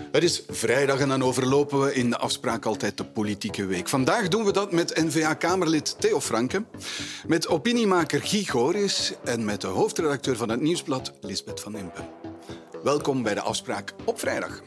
Het is vrijdag en dan overlopen we in de afspraak altijd de politieke week. Vandaag doen we dat met N-VA-Kamerlid Theo Franke, met opiniemaker Guy Goris en met de hoofdredacteur van het Nieuwsblad, Lisbeth van Impe. Welkom bij de afspraak op vrijdag.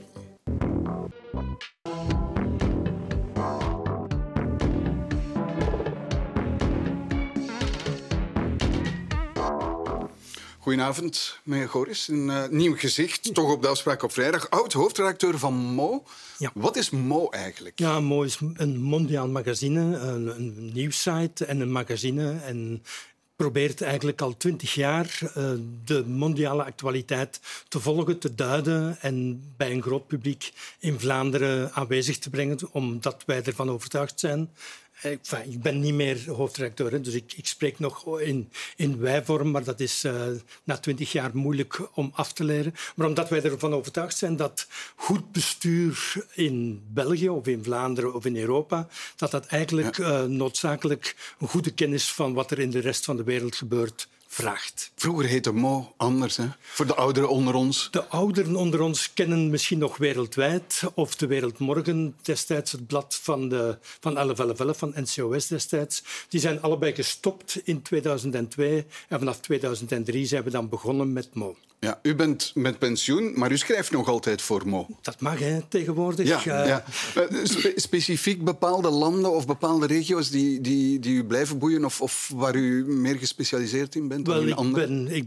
Goedenavond, meneer Goris. Een nieuw gezicht, toch op de afspraak op vrijdag. Oud-hoofdredacteur van Mo. Ja. Wat is Mo eigenlijk? Ja, Mo is een mondiaal magazine, een nieuwssite en een magazine. En probeert eigenlijk al 20 jaar de mondiale actualiteit te volgen, te duiden en bij een groot publiek in Vlaanderen aanwezig te brengen, omdat wij ervan overtuigd zijn. Ik ben niet meer hoofdredacteur, dus ik spreek nog in wij-vorm, maar dat is na 20 jaar moeilijk om af te leren. Maar omdat wij ervan overtuigd zijn dat goed bestuur in België of in Vlaanderen of in Europa, dat eigenlijk noodzakelijk een goede kennis van wat er in de rest van de wereld gebeurt vraagt. Vroeger heette Mo anders, hè? Voor de ouderen onder ons. De ouderen onder ons kennen misschien nog Wereldwijd of De Wereld Morgen, destijds het blad van 1111 van NCOS destijds. Die zijn allebei gestopt in 2002 en vanaf 2003 zijn we dan begonnen met Mo. Ja, u bent met pensioen, maar u schrijft nog altijd voor Mo. Dat mag, hè, tegenwoordig. Ja. Specifiek bepaalde landen of bepaalde regio's die u blijven boeien of waar u meer gespecialiseerd in bent? Wel, ik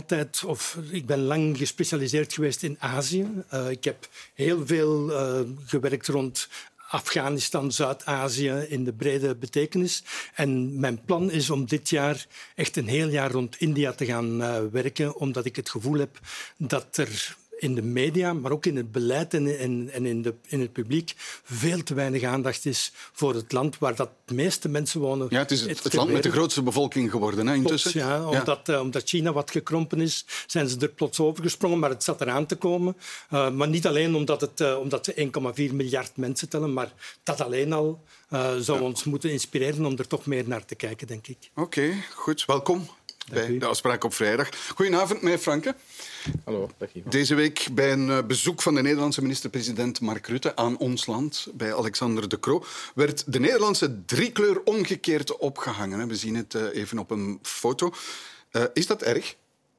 ben lang gespecialiseerd geweest in Azië. Ik heb heel veel gewerkt rond Afghanistan, Zuid-Azië in de brede betekenis. En mijn plan is om dit jaar echt een heel jaar rond India te gaan werken, omdat ik het gevoel heb dat er in de media, maar ook in het beleid en in het publiek veel te weinig aandacht is voor het land waar de meeste mensen wonen. Ja, het is het land met de grootste bevolking geworden, hè, intussen. Klopt, omdat China wat gekrompen is, zijn ze er plots overgesprongen, maar het zat eraan te komen. Maar niet alleen omdat ze 1,4 miljard mensen tellen, maar dat alleen al zou ons moeten inspireren om er toch meer naar te kijken, denk ik. Oké, goed. Welkom bij de afspraak op vrijdag. Goedenavond, meneer Franke. Hallo, dag Ivo. Deze week bij een bezoek van de Nederlandse minister-president Mark Rutte aan ons land, bij Alexander De Croo, werd de Nederlandse driekleur omgekeerd opgehangen. We zien het even op een foto. Is dat erg?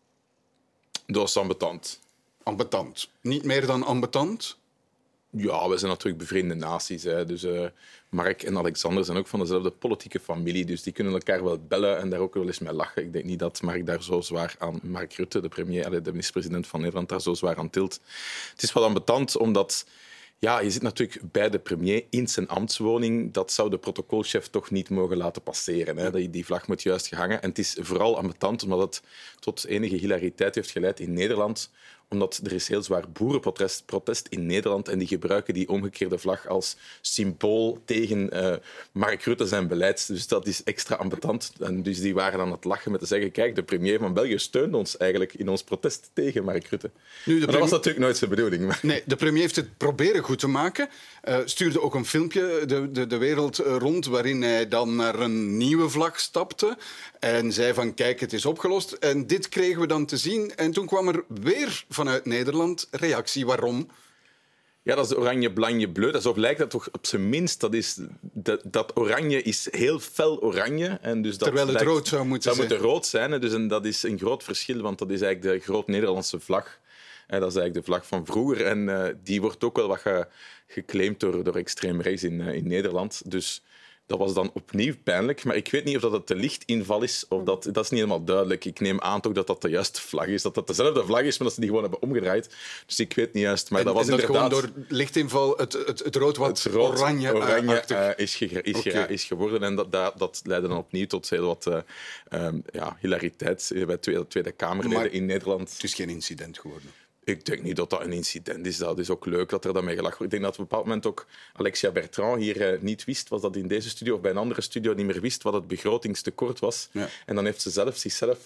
Dat is ambetant. Ambetant. Niet meer dan ambetant? Ja, we zijn natuurlijk bevriende naties. Hè. Dus Mark en Alexander zijn ook van dezelfde politieke familie. Dus die kunnen elkaar wel bellen en daar ook wel eens mee lachen. Ik denk niet dat Mark daar zo zwaar aan... Mark Rutte, de minister-president van Nederland, daar zo zwaar aan tilt. Het is wel ambetant, omdat... Ja, je zit natuurlijk bij de premier in zijn ambtswoning. Dat zou de protocolchef toch niet mogen laten passeren. Hè. Die vlag moet juist gehangen. En het is vooral ambetant omdat het tot enige hilariteit heeft geleid in Nederland. Omdat er is heel zwaar boerenprotest in Nederland en die gebruiken die omgekeerde vlag als symbool tegen Mark Rutte zijn beleid. Dus dat is extra ambetant. En dus die waren aan het lachen met te zeggen, kijk, de premier van België steunt ons eigenlijk in ons protest tegen Mark Rutte. Dat was natuurlijk nooit zijn bedoeling. Maar... Nee, de premier heeft het proberen goed te maken. Stuurde ook een filmpje de wereld rond waarin hij dan naar een nieuwe vlag stapte en zei van, kijk, het is opgelost. En dit kregen we dan te zien. En toen kwam er weer vanuit Nederland reactie. Waarom? Ja, dat is oranje, blanje, bleu. Zo lijkt dat toch op zijn minst. Dat oranje is heel fel oranje. En dus dat terwijl het rood zou moeten zijn. Het zou moeten rood zijn. Dus en dat is een groot verschil, want dat is eigenlijk de groot Nederlandse vlag. Dat is eigenlijk de vlag van vroeger. En die wordt ook wel wat geclaimd door extreem rechts in Nederland. Dus... Dat was dan opnieuw pijnlijk, maar ik weet niet of dat het de lichtinval is of dat is niet helemaal duidelijk. Ik neem aan toch dat dat de juiste vlag is, dat dat dezelfde vlag is, maar dat ze die gewoon hebben omgedraaid. Dus ik weet niet juist. Maar dat was inderdaad gewoon door lichtinval het rood wat oranje is geworden en dat leidde dan opnieuw tot heel wat hilariteit bij Tweede Kamerleden in Nederland. Het is geen incident geworden. Ik denk niet dat dat een incident is. Dat is ook leuk dat er daarmee gelachen wordt. Ik denk dat op een bepaald moment ook Alexia Bertrand hier niet wist, was dat in deze studio of bij een andere studio niet meer wist wat het begrotingstekort was. Ja. En dan heeft ze zichzelf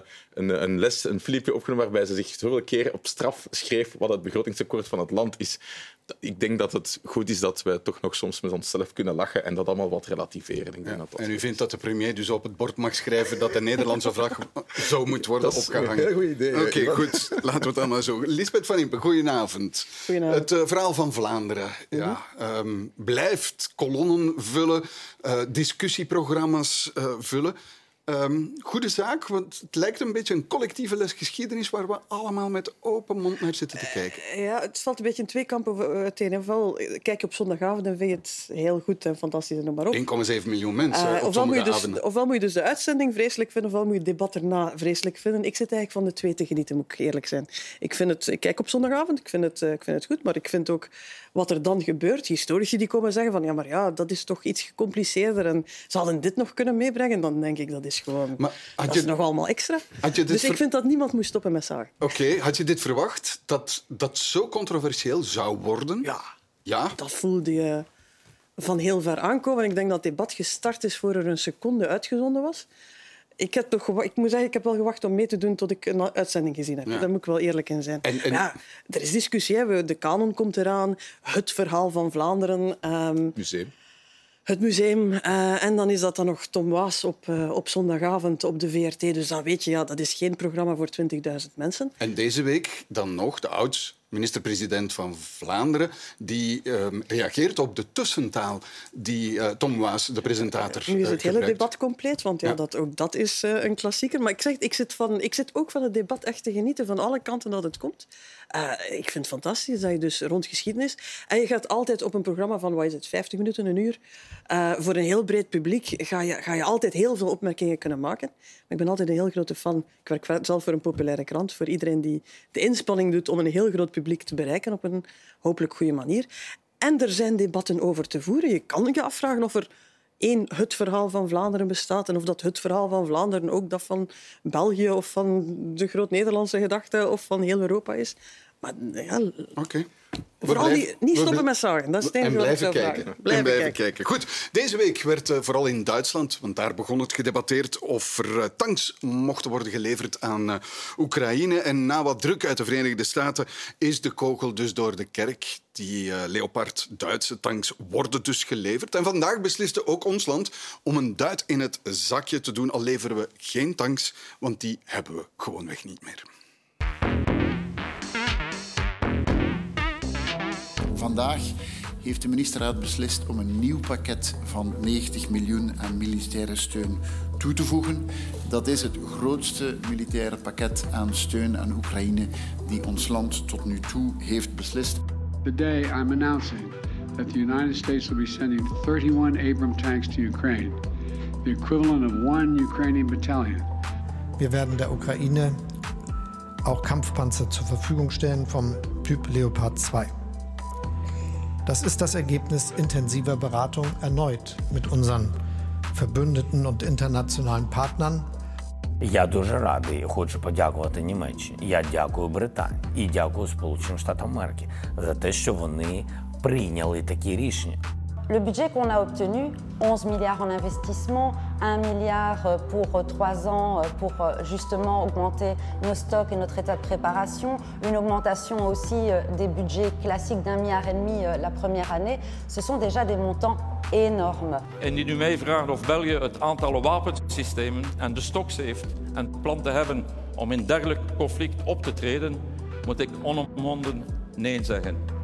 een filmpje opgenomen waarbij ze zich zoveel keer op straf schreef wat het begrotingstekort van het land is. Ik denk dat het goed is dat we toch nog soms met onszelf kunnen lachen en dat allemaal wat relativeren. Ik denk dat en u vindt dat de premier dus op het bord mag schrijven dat de Nederlandse vlag zo moet worden opgehangen? Dat is een heel goed idee. Oké, goed. Laten we het dan maar zo. Lisbeth van Impe, goedenavond. Goedenavond. Het verhaal van Vlaanderen blijft kolonnen vullen, discussieprogramma's vullen. Goede zaak, want het lijkt een beetje een collectieve les geschiedenis waar we allemaal met open mond naar zitten te kijken. Ja, het valt een beetje in twee kampen uiteen. Ofwel kijk je op zondagavond en vind je het heel goed en fantastisch en noem maar op. 1,7 miljoen mensen op zondagavond. Ofwel moet je dus de uitzending vreselijk vinden, ofwel moet je het debat erna vreselijk vinden. Ik zit eigenlijk van de twee te genieten, moet ik eerlijk zijn. Ik kijk op zondagavond, ik vind het goed, maar ik vind ook wat er dan gebeurt. Historici die komen zeggen van ja, dat is toch iets gecompliceerder en ze hadden dit nog kunnen meebrengen. Dan denk ik, dat is gewoon... dat is nog allemaal extra. Dus ik vind dat niemand moet stoppen met zagen. Oké, had je dit verwacht? Dat zo controversieel zou worden? Ja? Dat voelde je van heel ver aankomen. Ik denk dat het debat gestart is voor er een seconde uitgezonden was. Ik moet zeggen, ik heb wel gewacht om mee te doen tot ik een uitzending gezien heb. Ja. Daar moet ik wel eerlijk in zijn. Er is discussie. Hè. De kanon komt eraan. Het verhaal van Vlaanderen. Museum. Het museum. En dan is dat dan nog Tom Waas op zondagavond op de VRT. Dus dan weet je, dat is geen programma voor 20.000 mensen. En deze week dan nog de oud-minister-president van Vlaanderen die reageert op de tussentaal die Tom Waas, de presentator, nu is het hele gebruikt. debat compleet, want ook dat is een klassieker. Maar ik zit ook van het debat echt te genieten van alle kanten dat het komt. Ik vind het fantastisch dat je dus rond geschiedenis... En je gaat altijd op een programma van, 50 minuten, een uur... voor een heel breed publiek ga je altijd heel veel opmerkingen kunnen maken. Maar ik ben altijd een heel grote fan. Ik werk zelf voor een populaire krant. Voor iedereen die de inspanning doet om een heel groot publiek te bereiken op een hopelijk goede manier. En er zijn debatten over te voeren. Je kan je afvragen of er het verhaal van Vlaanderen bestaat en of dat het verhaal van Vlaanderen ook dat van België of van de Groot-Nederlandse gedachte of van heel Europa is. Maar ja... Oké. Vooral niet stoppen met zagen. Dat is het enige wat ik zou vragen. Blijven kijken. Goed, deze week werd vooral in Duitsland, want daar begon het gedebatteerd of er tanks mochten worden geleverd aan Oekraïne. En na wat druk uit de Verenigde Staten is de kogel dus door de kerk. Die Leopard Duitse tanks worden dus geleverd. En vandaag besliste ook ons land om een duit in het zakje te doen. Al leveren we geen tanks, want die hebben we gewoonweg niet meer. Vandaag heeft de ministerraad beslist om een nieuw pakket van 90 miljoen aan militaire steun toe te voegen. Dat is het grootste militaire pakket aan steun aan Oekraïne die ons land tot nu toe heeft beslist. Today I'm announcing that the United States will be sending 31 Abrams tanks to Ukraine, the equivalent of 1 Ukrainian battalion. Wir werden der Ukraine auch Kampfpanzer zur Verfügung stellen vom Typ Leopard 2. Das ist das Ergebnis intensiver Beratung erneut mit unseren Verbündeten und internationalen Partnern. Я дуже радий, хочу подякувати Німеччині. Я дякую Британії і дякую Сполученим Штатам Америки за те, що вони прийняли такі рішення. Le budget qu'on a obtenu, 11 milliards en investissement, 1 milliard pour 3 ans pour justement augmenter nos stocks et notre état de préparation, une augmentation aussi des budgets classiques d'1,5 milliard la première année, ce sont déjà des montants enormes. Indien u mij vraagt of België het aantal wapensystemen en de stocks heeft en het plan te hebben om in dergelijk conflict op te treden, moet ik onomwonden nee zeggen.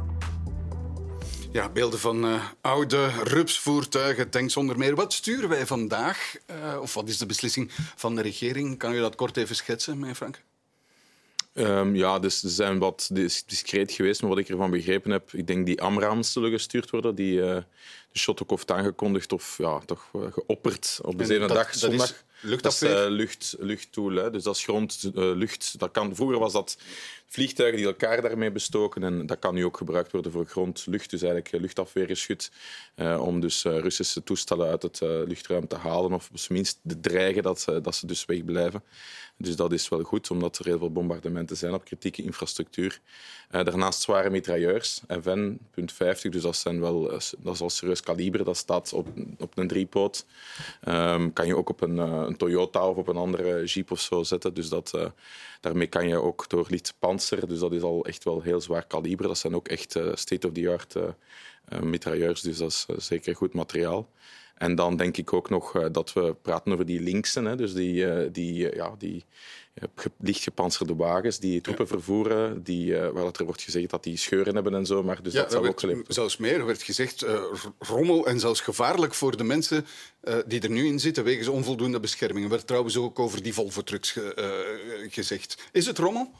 Ja, beelden van oude rupsvoertuigen, tanks zonder meer. Wat sturen wij vandaag? Of wat is de beslissing van de regering? Kan je dat kort even schetsen, meneer Frank? Dus ze zijn wat discreet geweest, maar wat ik ervan begrepen heb, ik denk die AMRAAMs zullen gestuurd worden, die de shot ook heeft aangekondigd of toch geopperd op de zevende dag zondag. Luchtafweer? Dat is luchttool, hè. Dus dat is grond-lucht. Vroeger was dat vliegtuigen die elkaar daarmee bestoken en dat kan nu ook gebruikt worden voor grond-lucht, dus eigenlijk luchtafweergeschut, om dus Russische toestellen uit het luchtruim te halen of op zijn minst te dreigen dat ze dus wegblijven. Dus dat is wel goed, omdat er heel veel bombardementen zijn op kritieke infrastructuur. Daarnaast zware mitrailleurs, FN.50, dus dat is al serieus kaliber. Dat staat op een driepoot. Kan je ook op een Toyota of op een andere jeep of zo zetten. Dus daarmee kan je ook door licht panzer. Dus dat is al echt wel heel zwaar kaliber. Dat zijn ook echt state-of-the-art mitrailleurs, dus dat is zeker goed materiaal. En dan denk ik ook nog dat we praten over die linksen, hè, dus die licht gepantserde wagens die troepen vervoeren, waar er wordt gezegd dat die scheuren hebben en zo. Maar dus dat zal ook geleefd. Zelfs meer werd gezegd, rommel en zelfs gevaarlijk voor de mensen die er nu in zitten, wegens onvoldoende bescherming. Er werd trouwens ook over die Volvo-trucks gezegd. Is het rommel?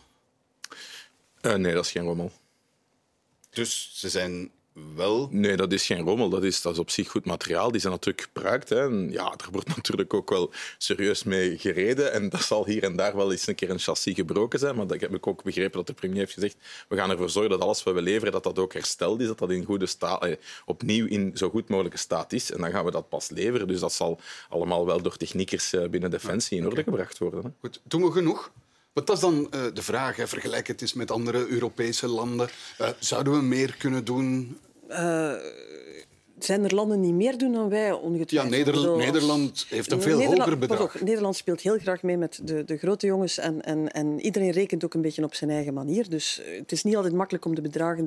Nee, dat is geen rommel. Dus ze zijn wel... Nee, dat is geen rommel. Dat is op zich goed materiaal. Die zijn natuurlijk gebruikt. Hè. En ja, er wordt natuurlijk ook wel serieus mee gereden. En dat zal hier en daar wel eens een keer een chassis gebroken zijn. Maar dat heb ik ook begrepen dat de premier heeft gezegd, we gaan ervoor zorgen dat alles wat we leveren, dat ook hersteld is. Dat dat in goede staat, opnieuw in zo goed mogelijke staat is. En dan gaan we dat pas leveren. Dus dat zal allemaal wel door techniekers binnen Defensie in orde gebracht worden. Hè. Goed, doen we genoeg? Want dat is dan de vraag. Vergelijk het eens met andere Europese landen. Zouden we meer kunnen doen? Zijn er landen die meer doen dan wij, ongetwijfeld? Ja, Nederland heeft een veel hoger bedrag. Nederland speelt heel graag mee met de grote jongens en iedereen rekent ook een beetje op zijn eigen manier. Dus het is niet altijd makkelijk om de bedragen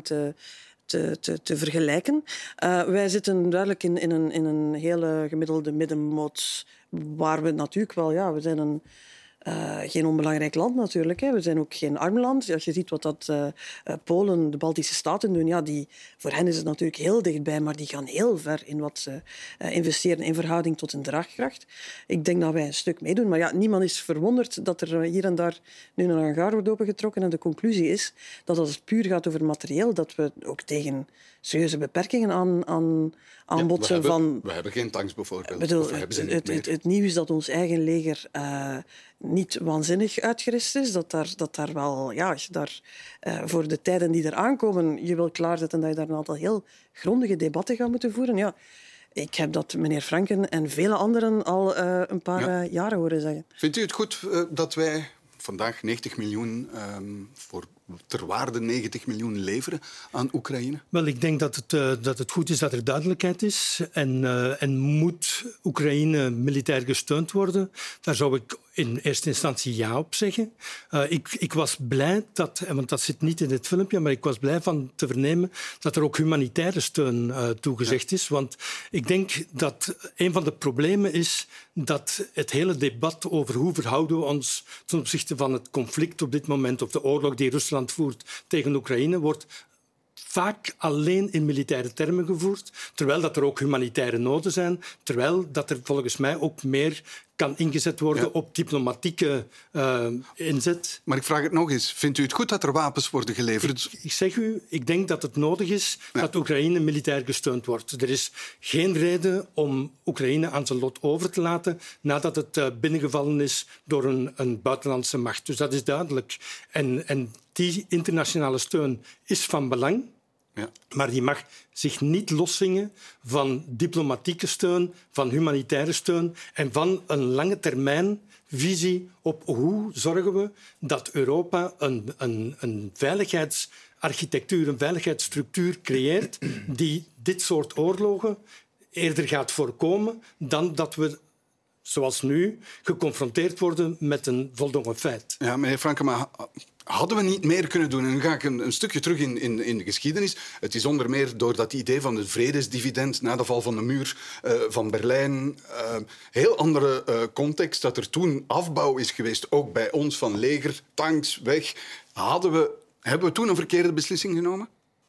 te vergelijken. Wij zitten duidelijk in een hele gemiddelde middenmoot, waar we natuurlijk wel... we zijn geen onbelangrijk land natuurlijk. Hè. We zijn ook geen arm land. Als je ziet wat Polen, de Baltische Staten doen, voor hen is het natuurlijk heel dichtbij, maar die gaan heel ver in wat ze investeren in verhouding tot hun draagkracht. Ik denk dat wij een stuk meedoen. Maar niemand is verwonderd dat er hier en daar nu een hangar wordt opengetrokken. En de conclusie is dat als het puur gaat over materieel, dat we ook tegen serieuze beperkingen aan botsen. We hebben geen tanks bijvoorbeeld. Het nieuws dat ons eigen leger niet waanzinnig uitgerust is, dat daar wel, als je daar voor de tijden die er aankomen, je wil klaarzetten dat je daar een aantal heel grondige debatten gaat moeten voeren. Ja, ik heb dat meneer Franken en vele anderen al een paar jaren horen zeggen. Vindt u het goed dat wij vandaag 90 miljoen ter waarde 90 miljoen leveren aan Oekraïne? Wel, ik denk dat het goed is dat er duidelijkheid is. En moet Oekraïne militair gesteund worden? Daar zou ik in eerste instantie ja op zeggen. Ik was blij want dat zit niet in dit filmpje, maar ik was blij van te vernemen dat er ook humanitaire steun toegezegd is. Want ik denk dat een van de problemen is dat het hele debat over hoe verhouden we ons ten opzichte van het conflict op dit moment, of de oorlog die Rusland voert tegen Oekraïne, wordt vaak alleen in militaire termen gevoerd, terwijl dat er ook humanitaire noden zijn, terwijl dat er volgens mij ook meer kan ingezet worden op diplomatieke inzet. Maar ik vraag het nog eens. Vindt u het goed dat er wapens worden geleverd? Ik zeg u, ik denk dat het nodig is dat Oekraïne militair gesteund wordt. Er is geen reden om Oekraïne aan zijn lot over te laten nadat het binnengevallen is door een buitenlandse macht. Dus dat is duidelijk. En die internationale steun is van belang. Ja. Maar die mag zich niet loszingen van diplomatieke steun, van humanitaire steun en van een lange termijn visie op hoe zorgen we dat Europa een veiligheidsarchitectuur, een veiligheidsstructuur creëert die dit soort oorlogen eerder gaat voorkomen dan dat we, zoals nu, geconfronteerd worden met een voldongen feit. Ja, meneer Franken, maar hadden we niet meer kunnen doen? En nu ga ik een stukje terug in de geschiedenis. Het is onder meer door dat idee van het vredesdividend na de val van de muur van Berlijn. Heel andere context, dat er toen afbouw is geweest, ook bij ons, van leger, tanks, weg. Hebben we toen een verkeerde beslissing genomen?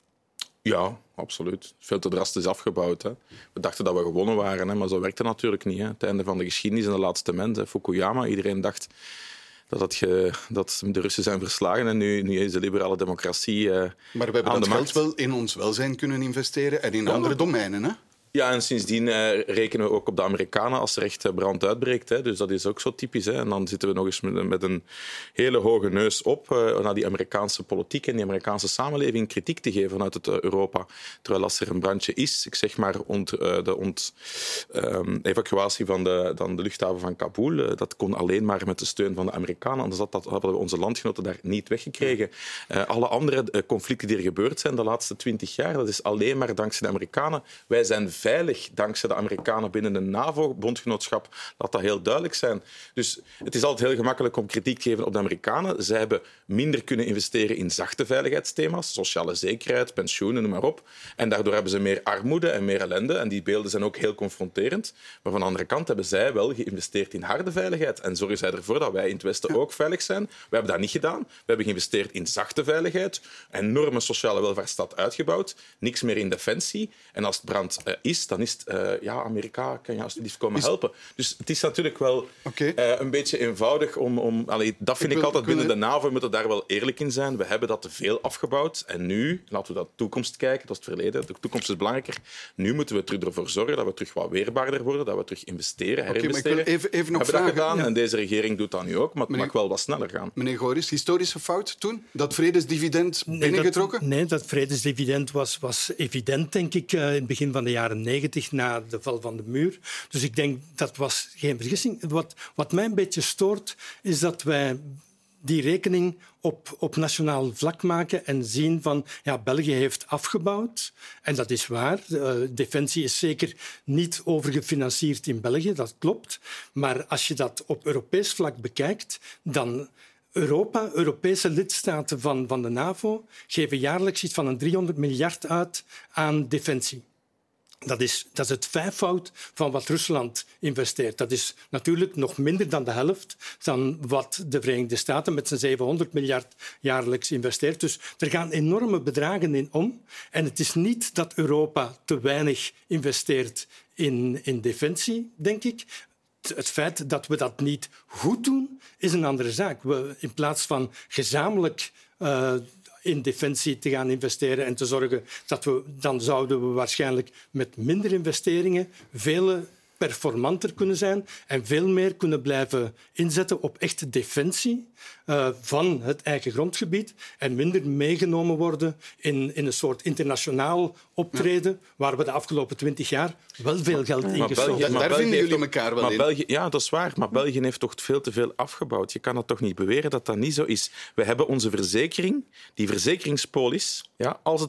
Ja, absoluut. Veel te drastisch afgebouwd. Hè. We dachten dat we gewonnen waren, hè, maar zo werkte het natuurlijk niet. Hè. Het einde van de geschiedenis en de laatste mens, hè. Fukuyama. Iedereen dacht dat de Russen zijn verslagen en nu is de liberale democratie aan de macht. Maar we hebben dat geld wel in ons welzijn kunnen investeren en in andere domeinen, hè? Ja, en sindsdien rekenen we ook op de Amerikanen als er echt brand uitbreekt. Hè. Dus dat is ook zo typisch. Hè. En dan zitten we nog eens met een hele hoge neus op naar die Amerikaanse politiek en die Amerikaanse samenleving kritiek te geven vanuit het Europa. Terwijl als er een brandje is, ik zeg maar de evacuatie van de luchthaven van Kabul, dat kon alleen maar met de steun van de Amerikanen. Anders hadden we onze landgenoten daar niet weggekregen. Alle andere conflicten die er gebeurd zijn de laatste 20 jaar, dat is alleen maar dankzij de Amerikanen. Wij zijn veilig dankzij de Amerikanen binnen de NAVO-bondgenootschap. Laat dat heel duidelijk zijn. Dus het is altijd heel gemakkelijk om kritiek te geven op de Amerikanen. Zij hebben minder kunnen investeren in zachte veiligheidsthema's, sociale zekerheid, pensioenen, noem maar op. En daardoor hebben ze meer armoede en meer ellende. En die beelden zijn ook heel confronterend. Maar van de andere kant hebben zij wel geïnvesteerd in harde veiligheid. En zorgen zij ervoor dat wij in het Westen ook veilig zijn. We hebben dat niet gedaan. We hebben geïnvesteerd in zachte veiligheid. Een enorme sociale welvaartsstaat uitgebouwd. Niks meer in defensie. En als het brand is, dan is het... Amerika, kan je alsjeblieft komen helpen. Dus het is natuurlijk wel een beetje eenvoudig om dat vind ik altijd binnen de NAVO. We moeten daar wel eerlijk in zijn. We hebben dat te veel afgebouwd. En nu, laten we naar de toekomst kijken. Dat is het verleden. De toekomst is belangrijker. Nu moeten we ervoor zorgen dat we terug wat weerbaarder worden. Dat we terug investeren, herinvesteren. Maar ik wil even nog hebben vragen. Dat gedaan en deze regering doet dat nu ook. Maar het mag wel wat sneller gaan. Meneer Goris, historische fout toen? Dat vredesdividend binnengetrokken? Nee, dat vredesdividend was evident, denk ik, in het begin van de jaren 90, na de val van de muur. Dus ik denk, dat was geen vergissing. Wat mij een beetje stoort, is dat wij die rekening op nationaal vlak maken en zien van België heeft afgebouwd. En dat is waar. Defensie is zeker niet overgefinancierd in België, dat klopt. Maar als je dat op Europees vlak bekijkt, dan... Europese lidstaten van de NAVO geven jaarlijks iets van een 300 miljard uit aan defensie. Dat is het vijfvoud van wat Rusland investeert. Dat is natuurlijk nog minder dan de helft van wat de Verenigde Staten met zijn 700 miljard jaarlijks investeert. Dus er gaan enorme bedragen in om. En het is niet dat Europa te weinig investeert in defensie, denk ik. Het feit dat we dat niet goed doen, is een andere zaak. In plaats van gezamenlijk in defensie te gaan investeren en te zorgen dan zouden we waarschijnlijk met minder investeringen veel performanter kunnen zijn en veel meer kunnen blijven inzetten op echte defensie van het eigen grondgebied en minder meegenomen worden in een soort internationaal optreden waar we de afgelopen 20 jaar wel veel geld in gestoken hebben. Daar vinden jullie elkaar wel in. Ja, dat is waar. Maar België heeft toch veel te veel afgebouwd. Je kan dat toch niet beweren dat dat niet zo is. We hebben onze verzekering, die verzekeringspolis, als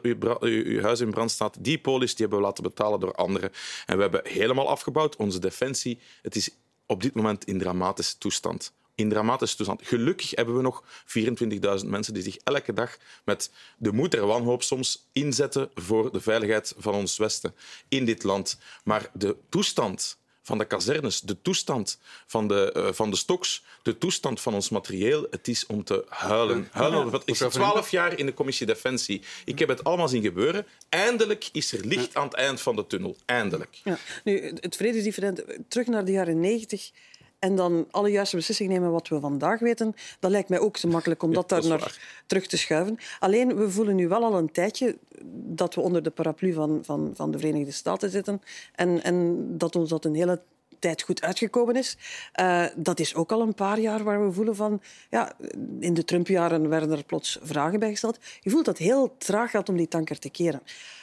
uw huis in brand staat, die polis die hebben we laten betalen door anderen. En we hebben helemaal afgebouwd. Onze defensie, het is op dit moment in dramatische toestand. Gelukkig hebben we nog 24.000 mensen die zich elke dag met de moed der wanhoop soms inzetten voor de veiligheid van ons Westen in dit land. Maar de toestand van de kazernes, de toestand van de stoks, de toestand van ons materieel, het is om te huilen. Ik zit 12 jaar in de commissie Defensie. Ik heb het allemaal zien gebeuren. Eindelijk is er licht aan het eind van de tunnel. Eindelijk. Ja. Nu, het vredesdividend, terug naar de jaren 90... en dan alle juiste beslissingen nemen wat we vandaag weten, dat lijkt mij ook te makkelijk om dat daar naar terug te schuiven. Alleen, we voelen nu wel al een tijdje dat we onder de paraplu van de Verenigde Staten zitten en dat ons dat een hele tijd goed uitgekomen is. Dat is ook al een paar jaar waar we voelen van... in de Trump-jaren werden er plots vragen bij gesteld. Je voelt dat het heel traag gaat om die tanker te keren.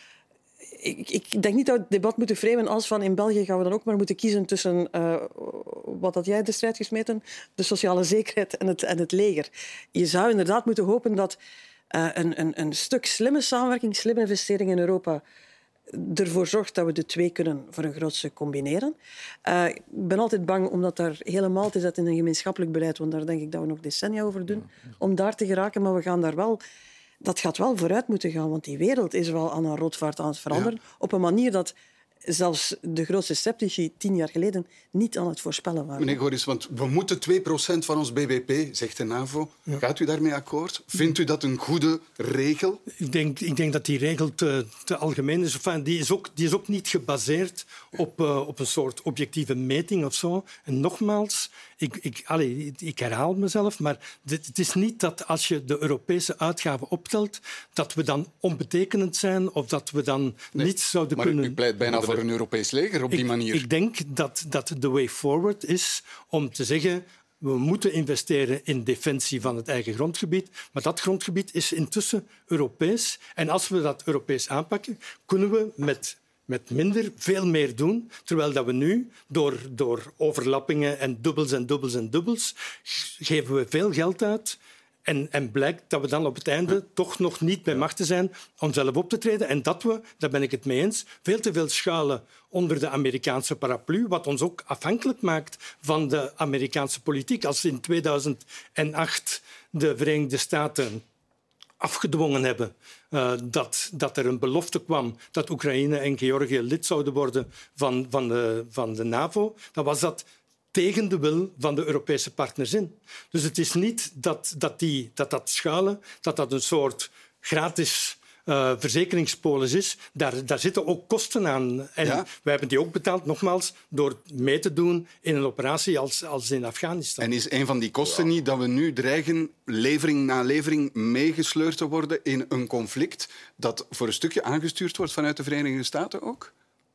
Ik denk niet dat we het debat moeten framen als van in België gaan we dan ook maar moeten kiezen tussen wat had jij de strijd gesmeten, de sociale zekerheid en het leger. Je zou inderdaad moeten hopen dat een stuk slimme samenwerking, slimme investeringen in Europa ervoor zorgt dat we de twee kunnen voor een groot stuk combineren. Ik ben altijd bang om dat daar helemaal te zetten in een gemeenschappelijk beleid, want daar denk ik dat we nog decennia over doen om daar te geraken, maar we gaan daar wel... Dat gaat wel vooruit moeten gaan, want die wereld is wel aan een roodvaart aan het veranderen. Op een manier dat zelfs de grootste sceptici 10 jaar geleden niet aan het voorspellen waren. Meneer Goris, want we moeten 2% van ons bbp, zegt de NAVO. Ja. Gaat u daarmee akkoord? Vindt u dat een goede regel? Ik denk dat die regel te algemeen is. Enfin, die is ook niet gebaseerd op een soort objectieve meting of zo. En nogmaals, ik herhaal mezelf, maar het is niet dat als je de Europese uitgaven optelt, dat we dan onbetekenend zijn of dat we dan niets zouden kunnen... Maar u pleit bijna voor een Europees leger op die manier. Ik denk dat de way forward is om te zeggen... We moeten investeren in defensie van het eigen grondgebied, maar dat grondgebied is intussen Europees. En als we dat Europees aanpakken, kunnen we met minder veel meer doen, terwijl dat we nu door overlappingen en dubbels geven we veel geld uit En blijkt dat we dan op het einde toch nog niet bij machten zijn om zelf op te treden. En dat we, daar ben ik het mee eens, veel te veel schuilen onder de Amerikaanse paraplu, wat ons ook afhankelijk maakt van de Amerikaanse politiek. Als in 2008 de Verenigde Staten afgedwongen hebben dat er een belofte kwam dat Oekraïne en Georgië lid zouden worden van de NAVO, dan was dat tegen de wil van de Europese partners in. Dus het is niet dat schuilen, dat een soort gratis verzekeringspolis is. Daar zitten ook kosten aan. En wij hebben die ook betaald, nogmaals, door mee te doen in een operatie als in Afghanistan. En is een van die kosten niet dat we nu dreigen levering na levering meegesleurd te worden in een conflict dat voor een stukje aangestuurd wordt vanuit de Verenigde Staten ook?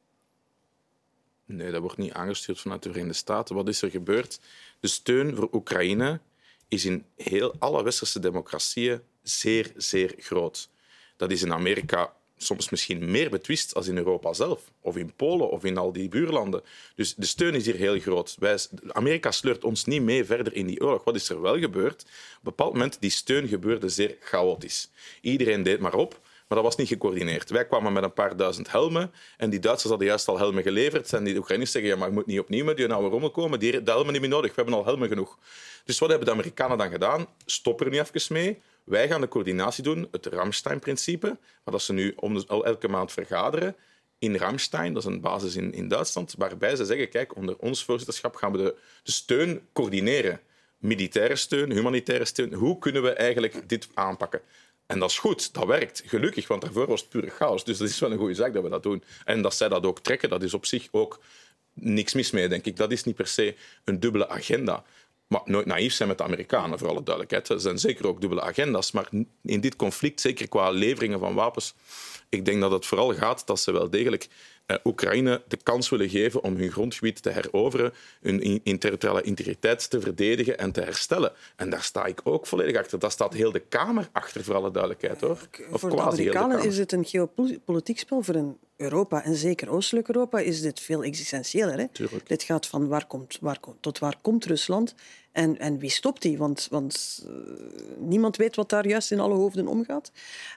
Nee, dat wordt niet aangestuurd vanuit de Verenigde Staten. Wat is er gebeurd? De steun voor Oekraïne is in heel alle westerse democratieën zeer, zeer groot. Dat is in Amerika soms misschien meer betwist als in Europa zelf, of in Polen of in al die buurlanden. Dus de steun is hier heel groot. Amerika sleurt ons niet mee verder in die oorlog. Wat is er wel gebeurd? Op een bepaald moment, die steun gebeurde zeer chaotisch. Iedereen deed maar op, maar dat was niet gecoördineerd. Wij kwamen met een paar duizend helmen en die Duitsers hadden juist al helmen geleverd. En die Oekraïners zeggen, ja, maar je moet niet opnieuw met die oude rommel komen. De helmen niet meer nodig, we hebben al helmen genoeg. Dus wat hebben de Amerikanen dan gedaan? Stop er nu even mee. Wij gaan de coördinatie doen, het Ramstein-principe, waar ze nu elke maand vergaderen in Ramstein, dat is een basis in Duitsland, waarbij ze zeggen, kijk, onder ons voorzitterschap gaan we de steun coördineren. Militaire steun, humanitaire steun. Hoe kunnen we eigenlijk dit aanpakken? En dat is goed, dat werkt. Gelukkig, want daarvoor was het pure chaos. Dus dat is wel een goede zaak dat we dat doen. En dat zij dat ook trekken, dat is op zich ook niks mis mee, denk ik. Dat is niet per se een dubbele agenda. Maar nooit naïef zijn met de Amerikanen, voor alle duidelijkheid. Er zijn zeker ook dubbele agenda's. Maar in dit conflict, zeker qua leveringen van wapens, ik denk dat het vooral gaat dat ze wel degelijk Oekraïne de kans willen geven om hun grondgebied te heroveren, hun territoriale integriteit te verdedigen en te herstellen. En daar sta ik ook volledig achter. Daar staat heel de Kamer achter, voor alle duidelijkheid, hoor. Of voor de Amerikanen is het een geopolitiek spel. Voor een Europa, en zeker Oostelijk Europa, is dit veel existentiëler. Hè? Dit gaat van tot waar komt Rusland en wie stopt die? Want niemand weet wat daar juist in alle hoofden omgaat.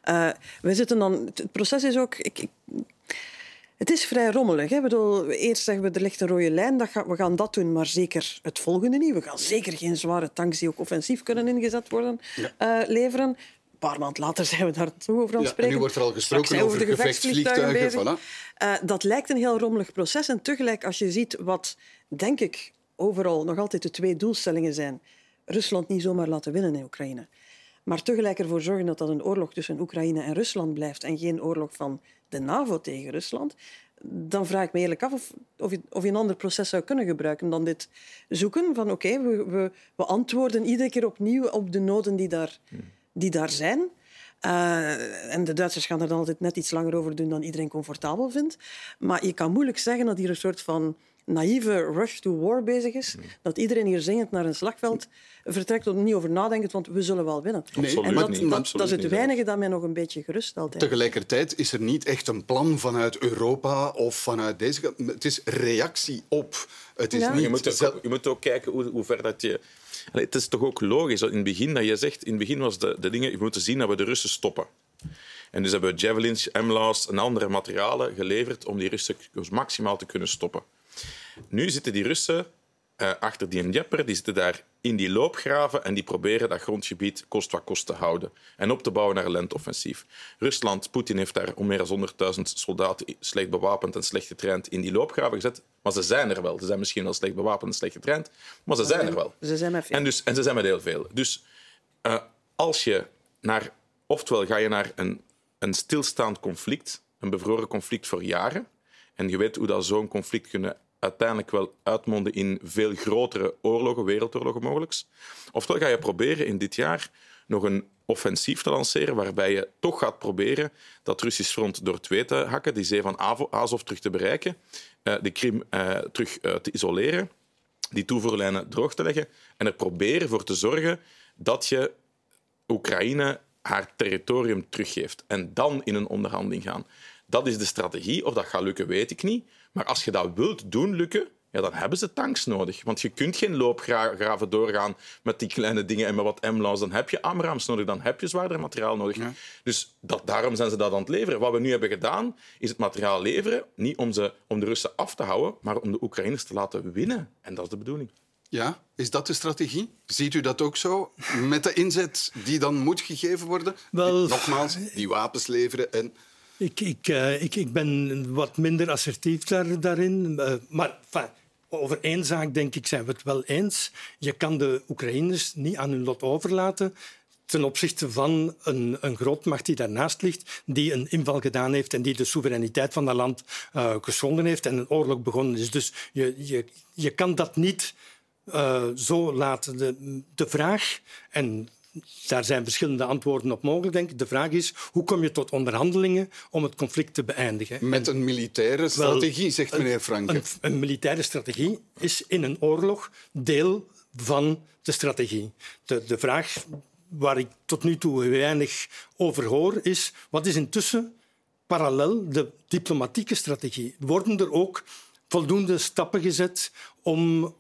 Het proces is ook... Het is vrij rommelig. Hè? Eerst zeggen we, er ligt een rode lijn, we gaan dat doen, maar zeker het volgende niet. We gaan zeker geen zware tanks die ook offensief kunnen ingezet worden leveren. Een paar maanden later zijn we daar over aan het spreken. En nu wordt er al gesproken over de gevechtsvliegtuigen. Voilà. Dat lijkt een heel rommelig proces. En tegelijk, als je ziet wat, denk ik, overal nog altijd de twee doelstellingen zijn. Rusland niet zomaar laten winnen in Oekraïne. Maar tegelijk ervoor zorgen dat dat een oorlog tussen Oekraïne en Rusland blijft en geen oorlog van de NAVO tegen Rusland, dan vraag ik me eerlijk af of je een ander proces zou kunnen gebruiken dan dit zoeken van oké, we antwoorden iedere keer opnieuw op de noden die daar zijn. En de Duitsers gaan er dan altijd net iets langer over doen dan iedereen comfortabel vindt. Maar je kan moeilijk zeggen dat hier een soort van naïeve rush to war bezig is. Dat iedereen hier zingend naar een slagveld vertrekt om er niet over nadenkt, want we zullen wel winnen. Nee, en dat is het weinige dat mij nog een beetje geruststelt. Tegelijkertijd is er niet echt een plan vanuit Europa of vanuit deze kant. Het is reactie op. Het is niet je moet ook kijken hoe ver dat je... Het is toch ook logisch dat in het begin dat je zegt, in het begin was de dingen, we moeten zien dat we de Russen stoppen. En dus hebben we javelins, MLAW's en andere materialen geleverd om die Russen maximaal te kunnen stoppen. Nu zitten die Russen achter die Dnieper, die zitten daar in die loopgraven en die proberen dat grondgebied kost wat kost te houden en op te bouwen naar een lentoffensief. Rusland, Poetin heeft daar om meer dan 100.000 soldaten slecht bewapend en slecht getraind in die loopgraven gezet. Maar ze zijn er wel. Ze zijn misschien wel slecht bewapend en slecht getraind, maar ze zijn er wel. Ze zijn met veel. En ze zijn met heel veel. Dus als je oftewel ga je naar een stilstaand conflict, een bevroren conflict voor jaren, en je weet hoe dat zo'n conflict kunnen uiteindelijk wel uitmonden in veel grotere oorlogen, wereldoorlogen mogelijk. Oftewel ga je proberen in dit jaar nog een offensief te lanceren waarbij je toch gaat proberen dat Russisch front door twee te hakken, die zee van Azov terug te bereiken, de Krim terug te isoleren, die toevoerlijnen droog te leggen en er proberen voor te zorgen dat je Oekraïne haar territorium teruggeeft en dan in een onderhandeling gaan. Dat is de strategie. Of dat gaat lukken, weet ik niet. Maar als je dat wilt doen lukken, ja, dan hebben ze tanks nodig. Want je kunt geen loopgraven doorgaan met die kleine dingen en met wat MLAW's. Dan heb je AMRAAMs nodig, dan heb je zwaarder materiaal nodig. Ja. Dus daarom zijn ze dat aan het leveren. Wat we nu hebben gedaan, is het materiaal leveren, niet om de Russen af te houden, maar om de Oekraïners te laten winnen. En dat is de bedoeling. Ja, is dat de strategie? Ziet u dat ook zo? Met de inzet die dan moet gegeven worden? Wel, nogmaals, die wapens leveren en... Ik ben wat minder assertief daarin. Maar over één zaak, denk ik, zijn we het wel eens. Je kan de Oekraïners niet aan hun lot overlaten ten opzichte van een grootmacht die daarnaast ligt, die een inval gedaan heeft en die de soevereiniteit van dat land geschonden heeft en een oorlog begonnen is. Dus je kan dat niet zo laten. De vraag... en daar zijn verschillende antwoorden op mogelijk, denk ik. De vraag is, hoe kom je tot onderhandelingen om het conflict te beëindigen? Met een militaire strategie, zegt meneer Franke. Een militaire strategie is in een oorlog deel van de strategie. De vraag waar ik tot nu toe weinig over hoor, is wat is intussen parallel de diplomatieke strategie? Worden er ook voldoende stappen gezet om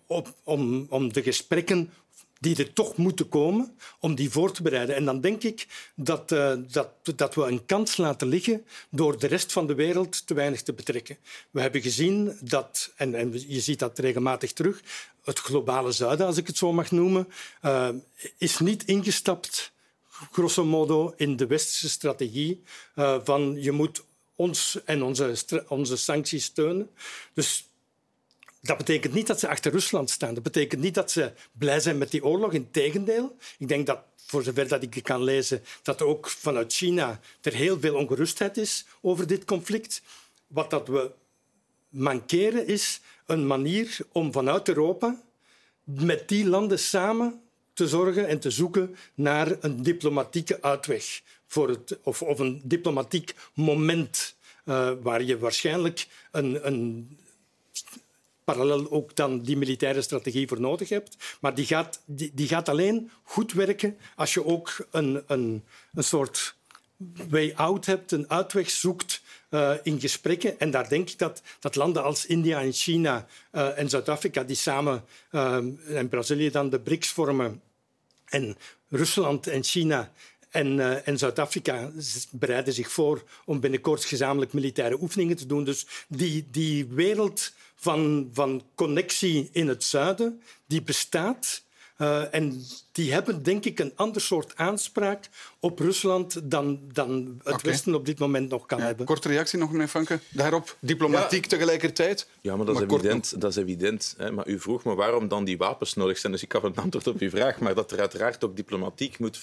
de gesprekken die er toch moeten komen, om die voor te bereiden. En dan denk ik dat we een kans laten liggen door de rest van de wereld te weinig te betrekken. We hebben gezien dat, en je ziet dat regelmatig terug, het globale zuiden, als ik het zo mag noemen, is niet ingestapt, grosso modo, in de westerse strategie van je moet ons en onze sancties steunen. Dus dat betekent niet dat ze achter Rusland staan. Dat betekent niet dat ze blij zijn met die oorlog. Integendeel. Ik denk dat, voor zover dat ik kan lezen, dat er ook vanuit China er heel veel ongerustheid is over dit conflict. Wat dat we mankeren is een manier om vanuit Europa met die landen samen te zorgen en te zoeken naar een diplomatieke uitweg of een diplomatiek moment waar je waarschijnlijk een parallel ook dan die militaire strategie voor nodig hebt. Maar die gaat alleen goed werken als je ook een soort way out hebt, een uitweg zoekt in gesprekken. En daar denk ik dat landen als India en China en Zuid-Afrika, die samen en Brazilië dan de BRICS vormen, en Rusland en China en Zuid-Afrika bereiden zich voor om binnenkort gezamenlijk militaire oefeningen te doen. Dus die wereld van connectie in het zuiden, die bestaat. En die hebben, denk ik, een ander soort aanspraak op Rusland dan het Westen op dit moment nog kan hebben. Korte reactie nog, meneer Franke. Daarop, diplomatiek tegelijkertijd. Ja, maar dat is evident. Hè. Maar u vroeg me waarom dan die wapens nodig zijn. Dus ik gaf een antwoord op uw vraag. Maar dat er uiteraard ook diplomatiek moet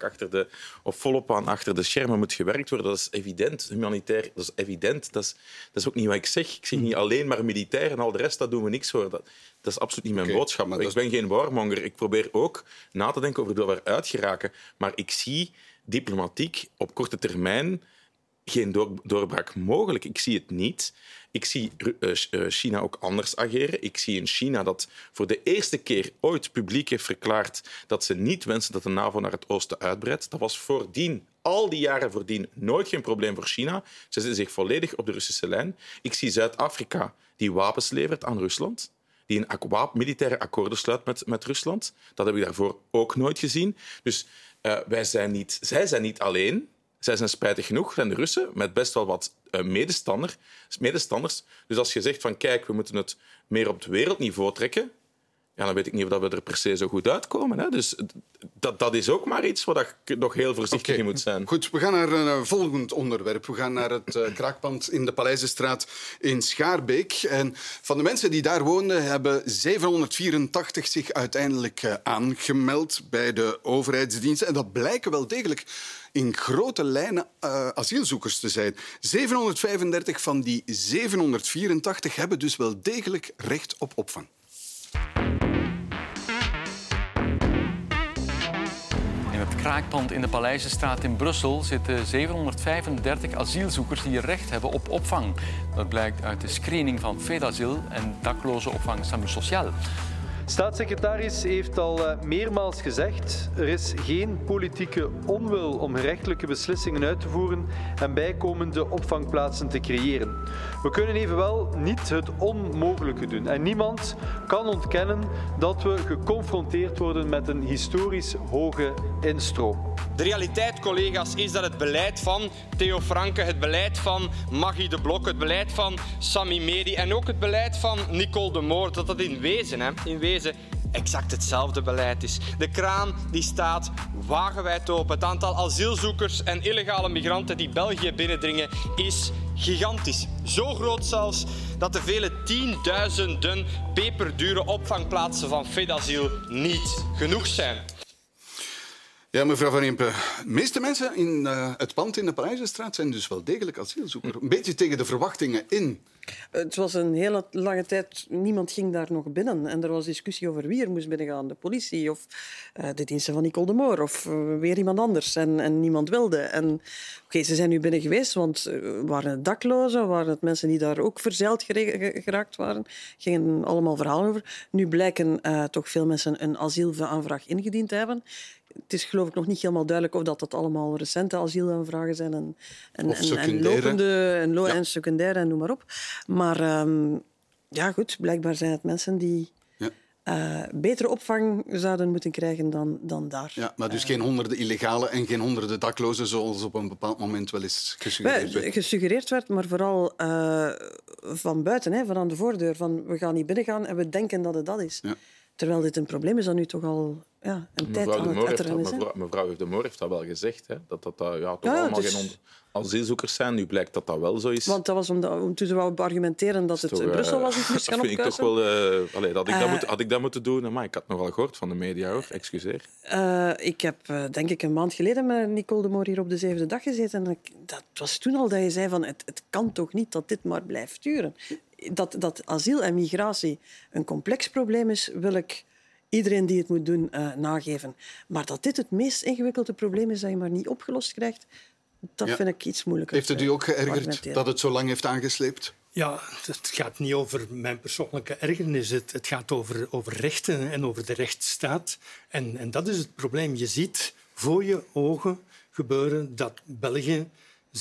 volop aan achter de schermen moet gewerkt worden, dat is evident. Humanitair, dat is evident. Dat is ook niet wat ik zeg. Ik zeg niet alleen maar militair en al de rest, dat doen we niks voor. Dat is absoluut niet mijn boodschap. Ik ben geen warmonger. Ik probeer ook na te denken over hoe we eruit geraken. Maar ik zie diplomatiek op korte termijn geen doorbraak mogelijk. Ik zie het niet. Ik zie China ook anders ageren. Ik zie in China dat voor de eerste keer ooit publiek heeft verklaard dat ze niet wensen dat de NAVO naar het oosten uitbreidt. Dat was voordien, al die jaren voordien, nooit geen probleem voor China. Ze zitten zich volledig op de Russische lijn. Ik zie Zuid-Afrika die wapens levert aan Rusland, die een militaire akkoorden sluit met Rusland. Dat heb ik daarvoor ook nooit gezien. Dus zij zijn niet alleen. Zij zijn spijtig genoeg, zijn de Russen, met best wel wat medestanders. Dus als je zegt van kijk, we moeten het meer op het wereldniveau trekken, ja, dan weet ik niet of we er per se zo goed uitkomen. Hè. Dus dat is ook maar iets waar je nog heel voorzichtig in moet zijn. Goed, we gaan naar een volgend onderwerp. We gaan naar het kraakpand in de Paleizenstraat in Schaarbeek. En van de mensen die daar woonden, hebben 784 zich uiteindelijk aangemeld bij de overheidsdiensten. En dat blijken wel degelijk in grote lijnen asielzoekers te zijn. 735 van die 784 hebben dus wel degelijk recht op opvang. In het kraakpand in de Paleizenstraat in Brussel zitten 735 asielzoekers die recht hebben op opvang. Dat blijkt uit de screening van FEDASIL en daklozenopvang SAMU Sociaal. Staatssecretaris heeft al meermaals gezegd, er is geen politieke onwil om gerechtelijke beslissingen uit te voeren en bijkomende opvangplaatsen te creëren. We kunnen evenwel niet het onmogelijke doen. En niemand kan ontkennen dat we geconfronteerd worden met een historisch hoge instroom. De realiteit, collega's, is dat het beleid van Theo Franke, het beleid van Maggie de Blok, het beleid van Sami Medi en ook het beleid van Nicole de Moor, dat dat in wezen exact hetzelfde beleid is. De kraan die staat wagenwijd open. Het aantal asielzoekers en illegale migranten die België binnendringen is gigantisch. Zo groot zelfs dat de vele tienduizenden peperdure opvangplaatsen van Fedasiel niet genoeg zijn. Ja, mevrouw Van Impe, de meeste mensen in het pand in de Paleizenstraat zijn dus wel degelijk asielzoekers. Een beetje tegen de verwachtingen in. Het was een hele lange tijd, niemand ging daar nog binnen. En er was discussie over wie er moest binnengaan. De politie of de diensten van Nicole de Moor of weer iemand anders. En niemand wilde. En oké, ze zijn nu binnen geweest, want waren het daklozen, waren het mensen die daar ook verzeild geraakt waren. Gingen allemaal verhalen over. Nu blijken toch veel mensen een asielaanvraag ingediend te hebben. Het is geloof ik nog niet helemaal duidelijk of dat allemaal recente asielaanvragen zijn en lopende en secundaire en noem maar op. Maar ja, goed, blijkbaar zijn het mensen die betere opvang zouden moeten krijgen dan daar. Ja, maar dus geen honderden illegale en geen honderden daklozen zoals op een bepaald moment wel eens gesuggereerd werd. Gesuggereerd werd, maar vooral van buiten, van aan de voordeur. Van we gaan niet binnengaan en we denken dat het dat is. Ja. Terwijl dit een probleem is dat nu toch al een tijd aan het etteren is. Mevrouw de Moor heeft dat wel gezegd, hè? Dat toch allemaal geen asielzoekers zijn. Nu blijkt dat dat wel zo is. Want dat was om toen ze wou argumenteren dat het in Brussel was. Dat vind ik toch wel... had ik dat moeten doen? Maar ik had nog wel gehoord van de media, hoor. Excuseer. Ik heb, denk ik, een maand geleden met Nicole de Moor hier op de 7e dag gezeten. En dat was toen al dat je zei van het kan toch niet dat dit maar blijft duren. Dat asiel en migratie een complex probleem is, wil ik iedereen die het moet doen nageven. Maar dat dit het meest ingewikkelde probleem is dat je maar niet opgelost krijgt, dat vind ik iets moeilijker. Heeft het u ook geërgerd dat het zo lang heeft aangesleept? Ja, het gaat niet over mijn persoonlijke ergernis. Het gaat over rechten en over de rechtsstaat. En dat is het probleem. Je ziet voor je ogen gebeuren dat België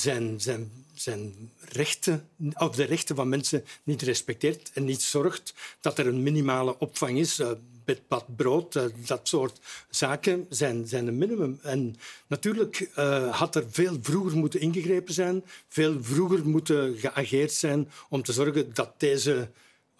zijn rechten, of de rechten van mensen niet respecteert en niet zorgt dat er een minimale opvang is. Bed, bad, brood, dat soort zaken zijn een minimum. En natuurlijk had er veel vroeger moeten ingegrepen zijn, veel vroeger moeten geageerd zijn om te zorgen dat deze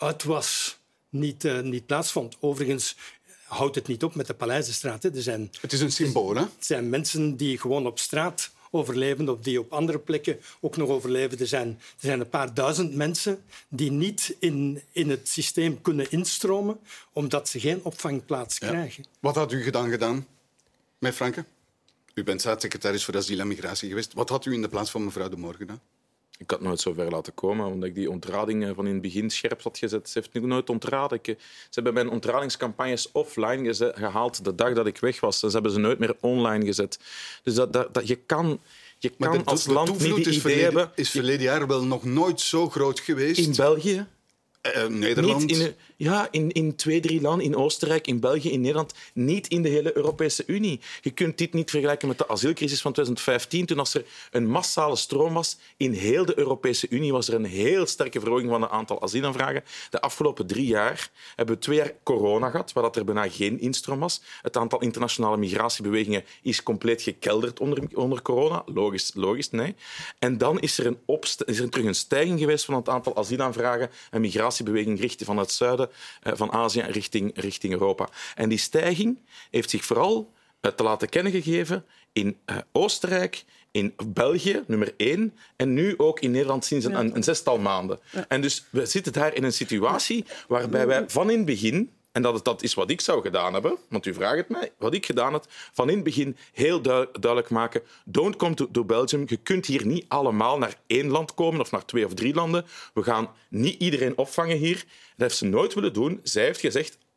uitwas niet plaatsvond. Overigens houdt het niet op met de Paleizenstraat. Het is een symbool, hè? Het zijn mensen die gewoon op straat overleven of die op andere plekken ook nog overleven. Er zijn een paar duizend mensen die niet in het systeem kunnen instromen omdat ze geen opvangplaats krijgen. Wat had u gedaan met Franke? U bent staatssecretaris voor asiel en migratie geweest. Wat had u in de plaats van mevrouw de Moor gedaan? Ik had nooit zo ver laten komen, omdat ik die ontrading van in het begin scherp had gezet. Ze heeft nu nooit ontraden. Ze hebben mijn ontradingscampagnes offline gehaald de dag dat ik weg was. En ze hebben ze nooit meer online gezet. Dus je kan als land niet die idee hebben... is verleden jaar wel nog nooit zo groot geweest. In België? Nederland? In 2-3 landen, in Oostenrijk, in België, in Nederland, niet in de hele Europese Unie. Je kunt dit niet vergelijken met de asielcrisis van 2015, toen als er een massale stroom was. In heel de Europese Unie was er een heel sterke verhoging van het aantal asielaanvragen. De afgelopen 3 jaar hebben we 2 jaar corona gehad, waar er bijna geen instroom was. Het aantal internationale migratiebewegingen is compleet gekelderd onder corona. Logisch, nee. En dan is er terug een stijging geweest van het aantal asielaanvragen en migratiebeweging van het zuiden van Azië richting Europa. En die stijging heeft zich vooral te laten kennen gegeven in Oostenrijk, in België, nummer 1, en nu ook in Nederland sinds een 6-tal maanden. Ja. En dus we zitten daar in een situatie waarbij wij van in het begin, en dat is wat ik zou gedaan hebben, want u vraagt het mij, wat ik gedaan heb, van in het begin heel duidelijk maken, don't come to Belgium. Je kunt hier niet allemaal naar 1 land komen of naar 2 of 3 landen. We gaan niet iedereen opvangen hier. Dat heeft ze nooit willen doen. Zij heeft gezegd,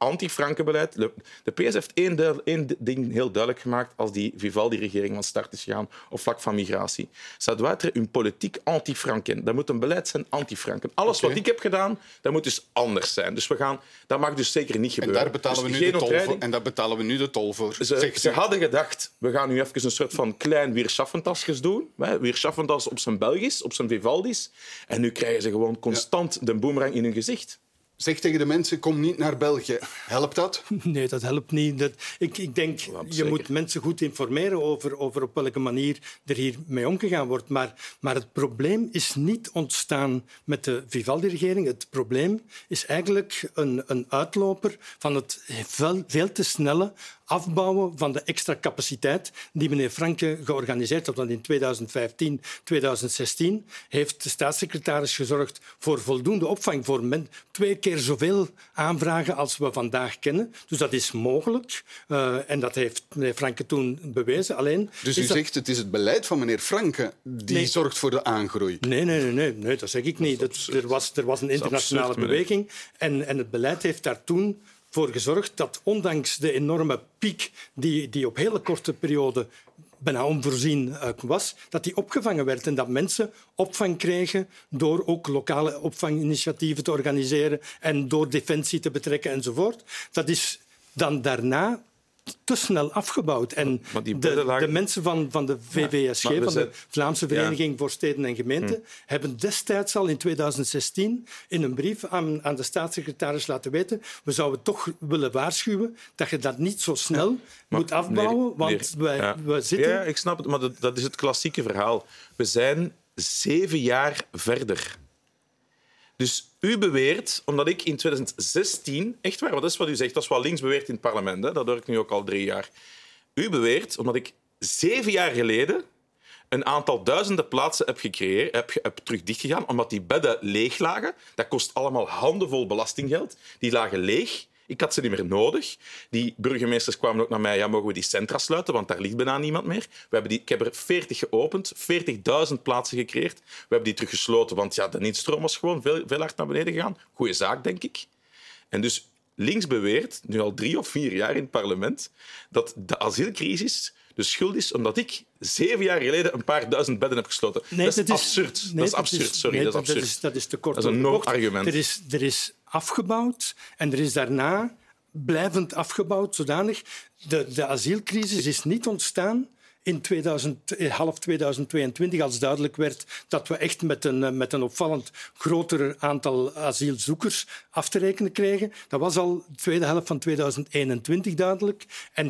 anti-Frankenbeleid. De PS heeft één ding heel duidelijk gemaakt als die Vivaldi-regering van start is gegaan op vlak van migratie. Ça doit être une politique anti-Franken. Dat moet een beleid zijn anti-Franken. Alles wat ik heb gedaan, dat moet dus anders zijn. Dus dat mag dus zeker niet gebeuren. En daar betalen we nu de tol voor. Ze hadden gedacht, we gaan nu even een soort van klein Weerschaffentasjes doen. Weerschaffentas op zijn Belgisch, op zijn Vivaldi's. En nu krijgen ze gewoon constant de boemerang in hun gezicht. Zeg tegen de mensen, kom niet naar België. Helpt dat? Nee, dat helpt niet. Ik denk, je moet mensen goed informeren over op welke manier er hier mee omgegaan wordt. Maar het probleem is niet ontstaan met de Vivaldi-regering. Het probleem is eigenlijk een uitloper van het veel te snelle afbouwen van de extra capaciteit die meneer Franke georganiseerd had. Want in 2015, 2016 heeft de staatssecretaris gezorgd voor voldoende opvang voor 2 keer zoveel aanvragen als we vandaag kennen. Dus dat is mogelijk. En dat heeft meneer Franke toen bewezen. Alleen, dus u zegt het is het beleid van meneer Franke die zorgt voor de aangroei? Nee, dat zeg ik niet. Er was een internationale beweging en het beleid heeft daar toen voor gezorgd dat ondanks de enorme piek die op hele korte periode bijna onvoorzien was, dat die opgevangen werd en dat mensen opvang kregen door ook lokale opvanginitiatieven te organiseren en door Defensie te betrekken enzovoort. Dat is dan daarna te snel afgebouwd. En de mensen van de VVSG, van de Vlaamse Vereniging voor Steden en Gemeenten, hebben destijds al in 2016 in een brief aan de staatssecretaris laten weten, we zouden toch willen waarschuwen dat je dat niet zo snel moet afbouwen, want we zitten... Ja, ik snap het, maar dat is het klassieke verhaal. We zijn 7 jaar verder. Dus u beweert, omdat ik in 2016... Echt waar, dat is wat u zegt. Dat is wat links beweert in het parlement. Hè? Dat hoor ik nu ook al 3 jaar. U beweert, omdat ik 7 jaar geleden een aantal duizenden plaatsen heb gecreëerd, heb terug dichtgegaan, omdat die bedden leeg lagen. Dat kost allemaal handenvol belastinggeld. Die lagen leeg. Ik had ze niet meer nodig. Die burgemeesters kwamen ook naar mij, mogen we die centra sluiten, want daar ligt bijna niemand meer. Ik heb er 40 geopend, 40.000 plaatsen gecreëerd. We hebben die terug gesloten, want de instroom was gewoon veel hard naar beneden gegaan. Goeie zaak, denk ik. En dus links beweert, nu al 3 of 4 jaar in het parlement, dat de asielcrisis de schuld is omdat ik 7 jaar geleden een paar duizend bedden heb gesloten. Nee, dat is absurd. Dat is absurd. Sorry, dat is absurd. Dat is te kort. Dat is een non-argument. Er is afgebouwd en er is daarna blijvend afgebouwd zodanig. De asielcrisis is niet ontstaan in half 2022, als duidelijk werd dat we echt met een opvallend groter aantal asielzoekers af te rekenen kregen. Dat was al de tweede helft van 2021 duidelijk.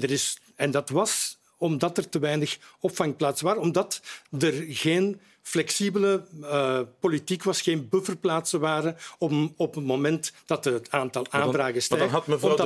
En dat was omdat er te weinig opvangplaatsen waren, omdat er geen flexibele politiek was, geen bufferplaatsen waren op het moment dat het aantal aanvragen stijgt. Maar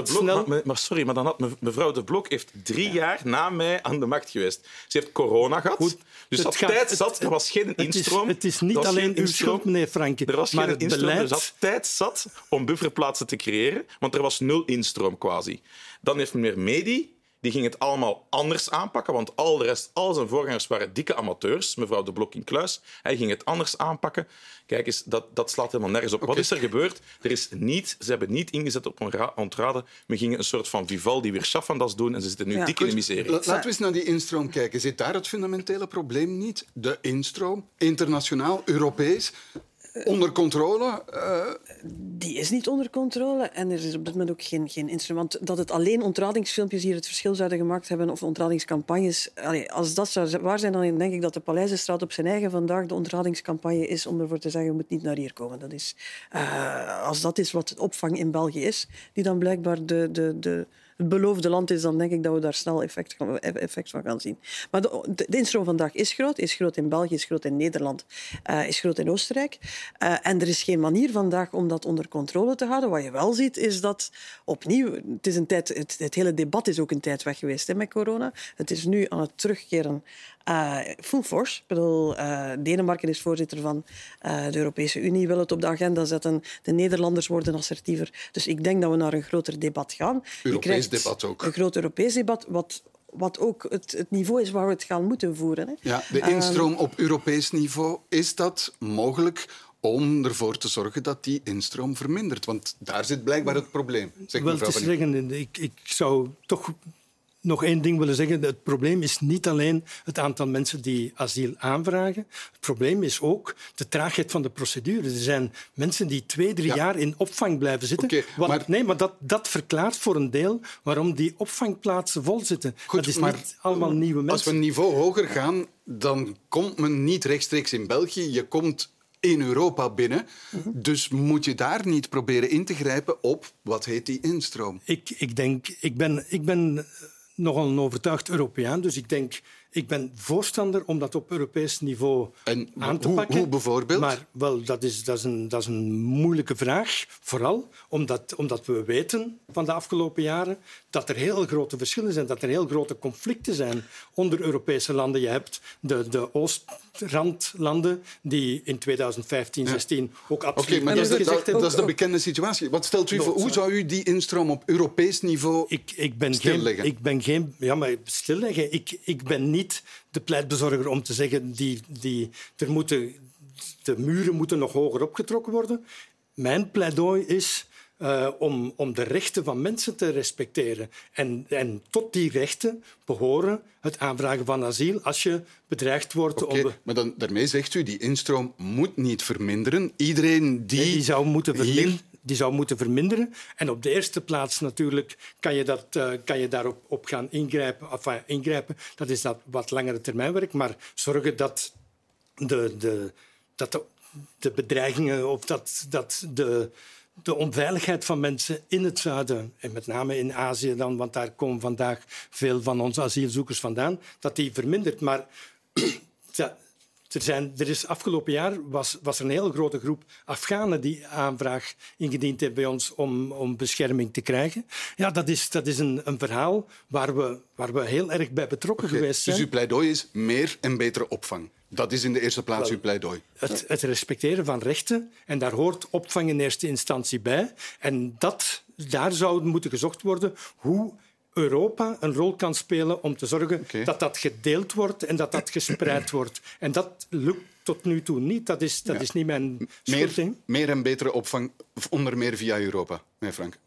dan had mevrouw De Blok heeft 3 jaar na mij aan de macht geweest. Ze heeft corona gehad. Goed, dus dat tijd zat, er was geen instroom. Het is niet alleen uw schuld, meneer Franke. Er was geen instroom, er zat tijd zat om bufferplaatsen te creëren, want er was 0 instroom quasi. Dan heeft meneer Medi, die ging het allemaal anders aanpakken, want al zijn voorgangers waren dikke amateurs. Mevrouw De Blok in Kluis. Hij ging het anders aanpakken. Kijk eens, dat slaat helemaal nergens op. Wat is er gebeurd? Ze hebben niet ingezet op ontraden. We gingen een soort van Vivaldi weer Schaffendas doen en ze zitten nu dik in de miserie. Laten we eens naar die instroom kijken. Zit daar het fundamentele probleem niet? De instroom, internationaal, Europees, onder controle? Die is niet onder controle en er is op dit moment ook geen instrument. Dat het alleen ontradingsfilmpjes hier het verschil zouden gemaakt hebben of ontradingscampagnes. Als dat zou waar zijn, dan denk ik dat de Paleizenstraat op zijn eigen vandaag de ontradingscampagne is om ervoor te zeggen, je moet niet naar hier komen. Dat is, als dat is wat opvang in België is, die dan blijkbaar het beloofde land is, dan denk ik dat we daar snel effect van gaan zien. Maar de instroom vandaag is groot in België, is groot in Nederland, is groot in Oostenrijk. En er is geen manier vandaag om dat onder controle te houden. Wat je wel ziet, is dat opnieuw... Het is een tijd, het hele debat is ook een tijd weg geweest met corona. Het is nu aan het terugkeren full force. Ik bedoel, Denemarken is voorzitter van de Europese Unie, wil het op de agenda zetten. De Nederlanders worden assertiever. Dus ik denk dat we naar een groter debat gaan. Europees debat ook. Een groot Europees debat, wat ook het niveau is waar we het gaan moeten voeren. Hè. Ja, de instroom op Europees niveau, is dat mogelijk om ervoor te zorgen dat die instroom vermindert? Want daar zit blijkbaar het probleem. Ik zou toch nog één ding willen zeggen. Het probleem is niet alleen het aantal mensen die asiel aanvragen. Het probleem is ook de traagheid van de procedure. Er zijn mensen die 2-3 jaar in opvang blijven zitten. Maar dat verklaart voor een deel waarom die opvangplaatsen vol zitten. Goed, dat is niet allemaal nieuwe mensen. Als we een niveau hoger gaan, dan komt men niet rechtstreeks in België. Je komt in Europa binnen. Dus moet je daar niet proberen in te grijpen op, wat heet die instroom? Ik ben nogal een overtuigd Europeaan, dus ik ben voorstander om dat op Europees niveau aan te pakken. Hoe bijvoorbeeld? Maar dat is een moeilijke vraag. Vooral omdat we weten van de afgelopen jaren dat er heel grote verschillen zijn, dat er heel grote conflicten zijn onder Europese landen. Je hebt de Oostrandlanden die in 2015, 16 ook absoluut maar dat is de bekende situatie. Wat stelt u voor? Hoe zou u die instroom op Europees niveau stilleggen? Stilleggen. Ik ben niet de pleitbezorger om te zeggen de muren moeten nog hoger opgetrokken worden. Mijn pleidooi is om de rechten van mensen te respecteren. En tot die rechten behoren het aanvragen van asiel als je bedreigd wordt. Maar daarmee zegt u, die instroom moet niet verminderen. Iedereen die zou moeten verminderen. En op de eerste plaats natuurlijk kan je daarop gaan ingrijpen. Dat is dat wat langere termijnwerk. Maar zorgen dat de bedreigingen of dat de onveiligheid van mensen in het zuiden, en met name in Azië dan, want daar komen vandaag veel van onze asielzoekers vandaan, dat die vermindert. Maar afgelopen jaar was er een heel grote groep Afghanen die aanvraag ingediend heeft bij ons om bescherming te krijgen. Ja, dat is een verhaal waar we heel erg bij betrokken geweest zijn. Dus uw pleidooi is meer en betere opvang. Dat is in de eerste plaats uw pleidooi. Het respecteren van rechten. En daar hoort opvang in eerste instantie bij. En daar zou moeten gezocht worden hoe Europa een rol kan spelen om te zorgen dat dat gedeeld wordt en dat dat gespreid wordt. En dat lukt tot nu toe niet. Dat is niet mijn schuld. Meer en betere opvang, onder meer via Europa, meneer Frank.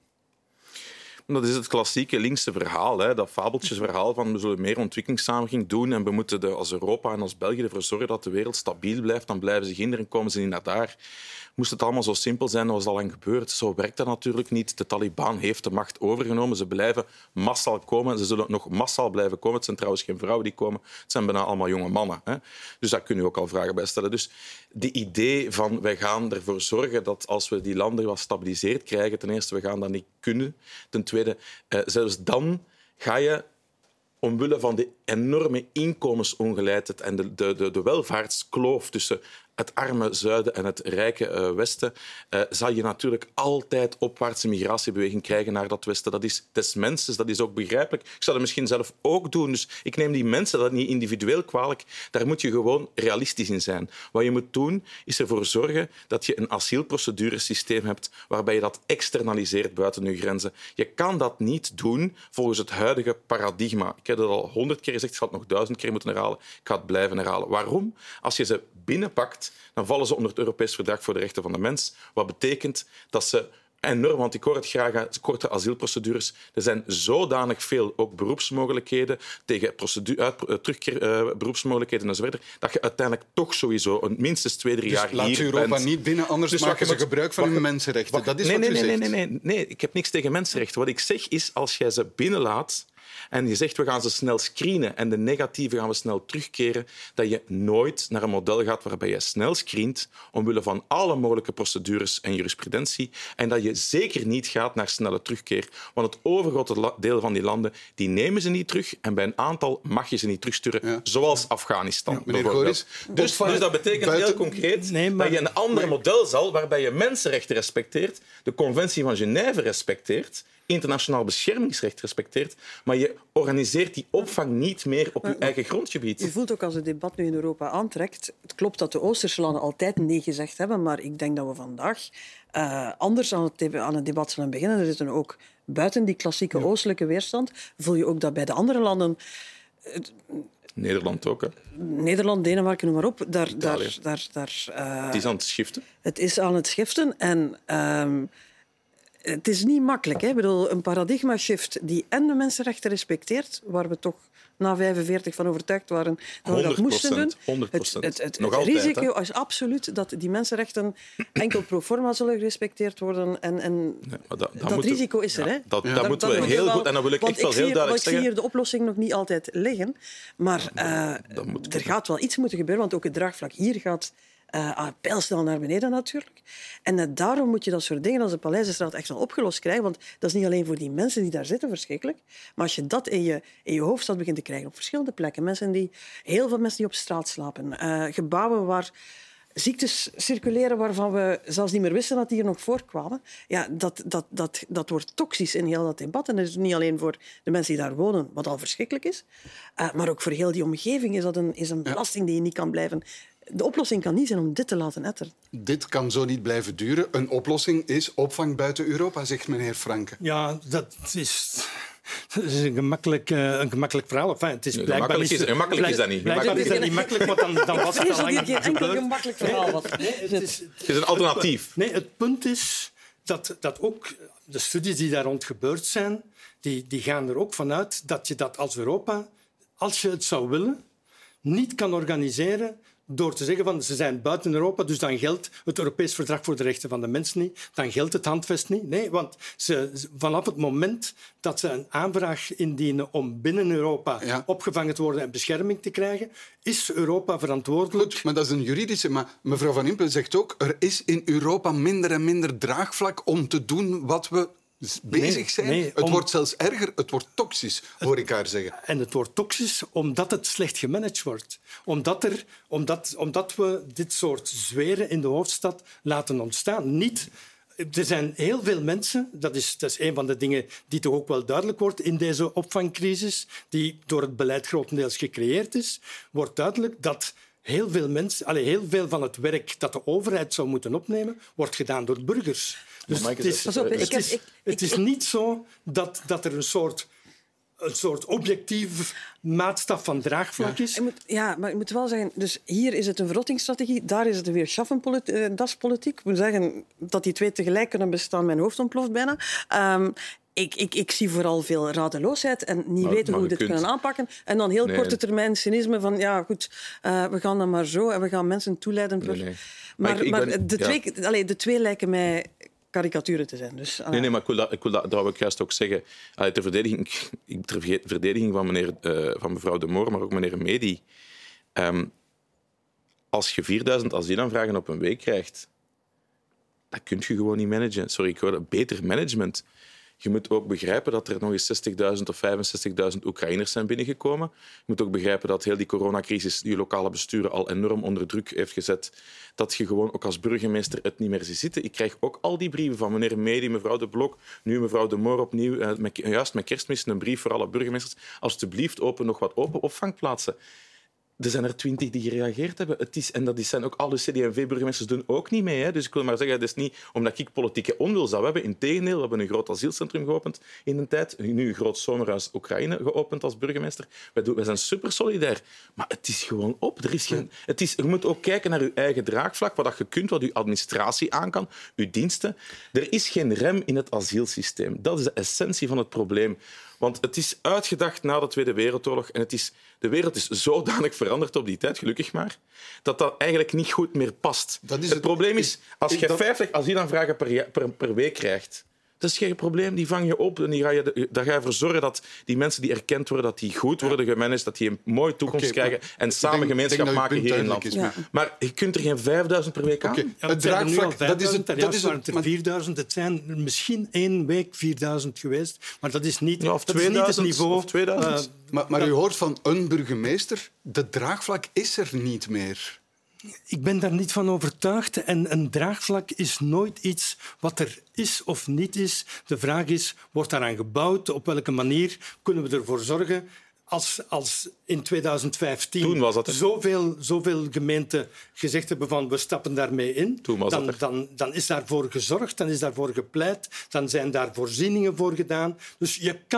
Dat is het klassieke linkse verhaal, hè? Dat fabeltjesverhaal van we zullen meer ontwikkelingssamenwerking doen en we moeten als Europa en als België ervoor zorgen dat de wereld stabiel blijft. Dan blijven ze kinderen en komen ze niet naar daar. Moest het allemaal zo simpel zijn, dat was al lang gebeurd. Zo werkt dat natuurlijk niet. De Taliban heeft de macht overgenomen. Ze blijven massaal komen. Ze zullen nog massaal blijven komen. Het zijn trouwens geen vrouwen die komen. Het zijn bijna allemaal jonge mannen. Hè? Dus daar kun je ook al vragen bij stellen. Dus die idee van wij gaan ervoor zorgen dat als we die landen wat stabiliseerd krijgen, ten eerste, we gaan dat niet kunnen. Ten tweede, zelfs dan ga je omwille van de enorme inkomensongelijkheid en de welvaartskloof tussen het arme zuiden en het rijke westen, zal je natuurlijk altijd opwaartse migratiebeweging krijgen naar dat westen. Dat is des mensens, dat is ook begrijpelijk. Ik zou dat misschien zelf ook doen. Dus ik neem die mensen dat niet individueel kwalijk. Daar moet je gewoon realistisch in zijn. Wat je moet doen, is ervoor zorgen dat je een asielproceduresysteem hebt waarbij je dat externaliseert buiten je grenzen. Je kan dat niet doen volgens het huidige paradigma. Ik heb dat al 100 keer gezegd, ik ga het nog 1000 keer moeten herhalen. Ik ga het blijven herhalen. Waarom? Als je ze binnenpakt, dan vallen ze onder het Europees Verdrag voor de Rechten van de Mens. Wat betekent dat ze enorm, want ik hoor het graag, korte asielprocedures. Er zijn zodanig veel ook beroepsmogelijkheden, tegen terugkeerberoepsmogelijkheden enzovoort, dat je uiteindelijk toch sowieso minstens 2-3 jaar hier bent. Laat Europa niet binnen, anders maken ze gebruik van hun mensenrechten. Dat is wat u zegt. Nee, ik heb niks tegen mensenrechten. Wat ik zeg is, als jij ze binnenlaat en je zegt we gaan ze snel screenen en de negatieve gaan we snel terugkeren, dat je nooit naar een model gaat waarbij je snel screent omwille van alle mogelijke procedures en jurisprudentie en dat je zeker niet gaat naar snelle terugkeer. Want het overgrote deel van die landen die nemen ze niet terug en bij een aantal mag je ze niet terugsturen, zoals Afghanistan bijvoorbeeld. Dus dat betekent heel concreet dat je een ander model zal waarbij je mensenrechten respecteert, de Conventie van Genève respecteert, internationaal beschermingsrecht respecteert, maar je organiseert die opvang niet meer op je eigen grondgebied. Je voelt ook als het debat nu in Europa aantrekt, het klopt dat de Oosterse landen altijd nee gezegd hebben, maar ik denk dat we vandaag anders aan het debat zullen beginnen. Er zitten ook buiten die klassieke oostelijke weerstand, voel je ook dat bij de andere landen Nederland ook, hè? Nederland, Denemarken, noem maar op. Het is aan het schiften. Het is aan het schiften en het is niet makkelijk. Hè? Ik bedoel, een paradigma-shift die en de mensenrechten respecteert, waar we toch na 45 van overtuigd waren dat we dat moesten doen. 100%. Het Nog altijd, risico hè? is absoluut dat die mensenrechten enkel pro forma zullen gerespecteerd worden. Dat risico is er. Hè? Dat moeten we heel goed... En dan wil ik echt wel heel duidelijk zeggen... Ik zie hier de oplossing nog niet altijd liggen. Maar er gaat wel iets moeten gebeuren, want ook het draagvlak hier gaat... pijlsnel naar beneden natuurlijk. En net daarom moet je dat soort dingen als de Paleizenstraat echt wel opgelost krijgen. Want dat is niet alleen voor die mensen die daar zitten verschrikkelijk. Maar als je dat in je hoofdstad begint te krijgen op verschillende plekken. Heel veel mensen die op straat slapen. Gebouwen waar ziektes circuleren waarvan we zelfs niet meer wisten dat die hier nog voorkwamen. Ja, dat wordt toxisch in heel dat debat. En dat is niet alleen voor de mensen die daar wonen, wat al verschrikkelijk is. Maar ook voor heel die omgeving is dat een belasting die je niet kan blijven... De oplossing kan niet zijn om dit te laten etteren. Dit kan zo niet blijven duren. Een oplossing is opvang buiten Europa, zegt meneer Franke. Ja, dat is een gemakkelijk verhaal. Enfin, het is gemakkelijk is dat niet. Blijkbaar is dat niet makkelijk, want dan was het al lang geen enkel gemakkelijk verhaal was. Het is een alternatief. Nee, het punt is dat ook de studies die daar rond gebeurd zijn, die gaan er ook vanuit dat je dat als Europa, als je het zou willen, niet kan organiseren door te zeggen van ze zijn buiten Europa, dus dan geldt het Europees Verdrag voor de Rechten van de Mens niet, dan geldt het handvest niet. Nee, want vanaf het moment dat ze een aanvraag indienen om binnen Europa opgevangen te worden en bescherming te krijgen, is Europa verantwoordelijk. Goed, maar dat is een juridische... Maar mevrouw Van Impe zegt ook, er is in Europa minder en minder draagvlak om te doen wat we bezig zijn. Het wordt zelfs erger, het wordt toxisch, hoor ik haar zeggen. En het wordt toxisch omdat het slecht gemanaged wordt. Omdat we dit soort zweren in de hoofdstad laten ontstaan. Er zijn heel veel mensen, dat is een van de dingen die toch ook wel duidelijk wordt in deze opvangcrisis, die door het beleid grotendeels gecreëerd is, wordt duidelijk dat heel veel van het werk dat de overheid zou moeten opnemen, wordt gedaan door burgers. Dus het is niet zo dat er een soort objectief maatstaf van draagvlak is. Maar ik moet wel zeggen, dus hier is het een verrottingsstrategie, daar is het weer schaffenpolitiek. Ik moet zeggen dat die twee tegelijk kunnen bestaan, mijn hoofd ontploft bijna. Ik zie vooral veel radeloosheid en niet weten hoe we dit kunnen aanpakken. En dan heel korte termijn cynisme van we gaan dan maar zo en we gaan mensen toeleiden. Maar de twee lijken mij karikaturen te zijn. Dus, maar dat wou ik juist ook zeggen. Ter verdediging van mevrouw De Moor, maar ook meneer Medi. Als je 4000 asielaanvragen op een week krijgt, dat kun je gewoon niet managen. Sorry, ik hoor beter management. Je moet ook begrijpen dat er nog eens 60.000 of 65.000 Oekraïners zijn binnengekomen. Je moet ook begrijpen dat heel die coronacrisis je lokale besturen al enorm onder druk heeft gezet. Dat je gewoon ook als burgemeester het niet meer ziet zitten. Ik krijg ook al die brieven van meneer Medi, mevrouw De Blok, nu mevrouw De Moor opnieuw, juist met Kerstmis een brief voor alle burgemeesters. Alsjeblieft, nog wat open opvangplaatsen. Er zijn er 20 die gereageerd hebben. En dat zijn ook alle CD&V-burgemeesters doen ook niet mee. Hè. Dus ik wil maar zeggen, het is niet omdat ik politieke onwil zou hebben. Integendeel, we hebben een groot asielcentrum geopend in een tijd. Nu een groot zomerhuis Oekraïne geopend als burgemeester. Wij zijn super solidair. Maar het is gewoon op. Je moet ook kijken naar je eigen draagvlak, wat je kunt, wat je administratie aan kan, je diensten. Er is geen rem in het asielsysteem. Dat is de essentie van het probleem. Want het is uitgedacht na de Tweede Wereldoorlog en de wereld is zodanig veranderd op die tijd, gelukkig maar, dat eigenlijk niet goed meer past. Het probleem is, als je 50 asielaanvragen per week krijgt, dat is geen probleem, die vang je op en dan ga je ervoor zorgen dat die mensen die erkend worden, dat die goed worden gemanaged, dat die een mooie toekomst krijgen en samen gemeenschap maken hier in het land. Maar je kunt er geen 5000 per week aan. Het draagvlak, dat is het 4000. Het zijn misschien 1 week 4000 geweest, maar dat is niet, of 2000, het niveau. Of 2000. Maar u hoort van een burgemeester, de draagvlak is er niet meer. Ik ben daar niet van overtuigd. En een draagvlak is nooit iets wat er is of niet is. De vraag is, wordt daaraan gebouwd? Op welke manier kunnen we ervoor zorgen? Als in 2015 Toen was dat zoveel gemeenten gezegd hebben van we stappen daarmee in, dan is daarvoor gezorgd, dan is daarvoor gepleit, dan zijn daar voorzieningen voor gedaan. Dus je kan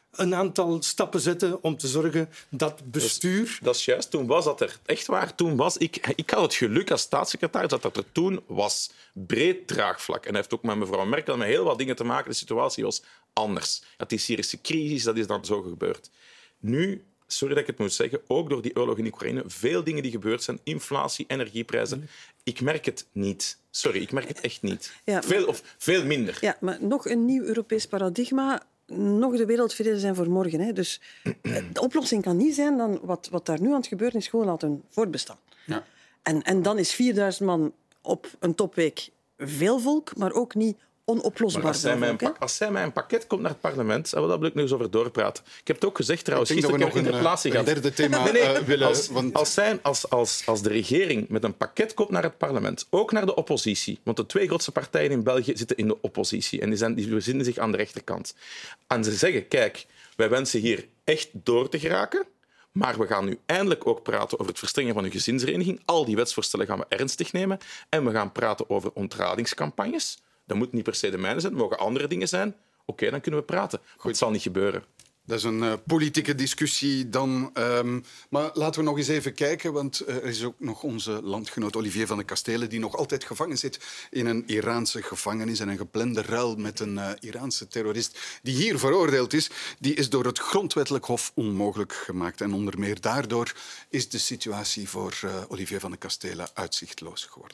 een aantal stappen zetten om te zorgen dat bestuur... Dat is juist. Toen was dat er. Echt waar. Toen was ik had het geluk als staatssecretaris dat er toen was. Breed draagvlak. En hij heeft ook met mevrouw Merkel met heel wat dingen te maken. De situatie was anders. Dat die Syrische crisis, dat is dan zo gebeurd. Nu, sorry dat ik het moet zeggen, ook door die oorlog in Oekraïne, veel dingen die gebeurd zijn, inflatie, energieprijzen. Ik merk het niet. Sorry, ik merk het echt niet. Ja, veel minder. Ja, maar nog een nieuw Europees paradigma, nog de wereldvrede zijn voor morgen. Hè. Dus de oplossing kan niet zijn dan wat daar nu aan het gebeuren is, gewoon laten voortbestaan. Ja. En dan is 4000 man op een topweek veel volk, maar ook niet onoplosbaar. Als zij met een pakket komt naar het parlement, daar wil ik nog eens over doorpraten. Ik heb het ook gezegd trouwens. Ik denk dat we nog een derde thema willen... Als de regering met een pakket komt naar het parlement, ook naar de oppositie, want de 2 grootste partijen in België zitten in de oppositie en die bevinden zich aan de rechterkant. En ze zeggen, kijk, wij wensen hier echt door te geraken, maar we gaan nu eindelijk ook praten over het verstrengen van een gezinshereniging. Al die wetsvoorstellen gaan we ernstig nemen. En we gaan praten over ontradingscampagnes. Dat moet niet per se de mijne zijn, het mogen andere dingen zijn. Oké, dan kunnen we praten. Maar het zal niet gebeuren. Dat is een politieke discussie dan. Maar laten we nog eens even kijken, want er is ook nog onze landgenoot Olivier van de Kastelen die nog altijd gevangen zit in een Iraanse gevangenis en een geplande ruil met een Iraanse terrorist die hier veroordeeld is. Die is door het grondwettelijk hof onmogelijk gemaakt. En onder meer daardoor is de situatie voor Olivier van de Kastelen uitzichtloos geworden.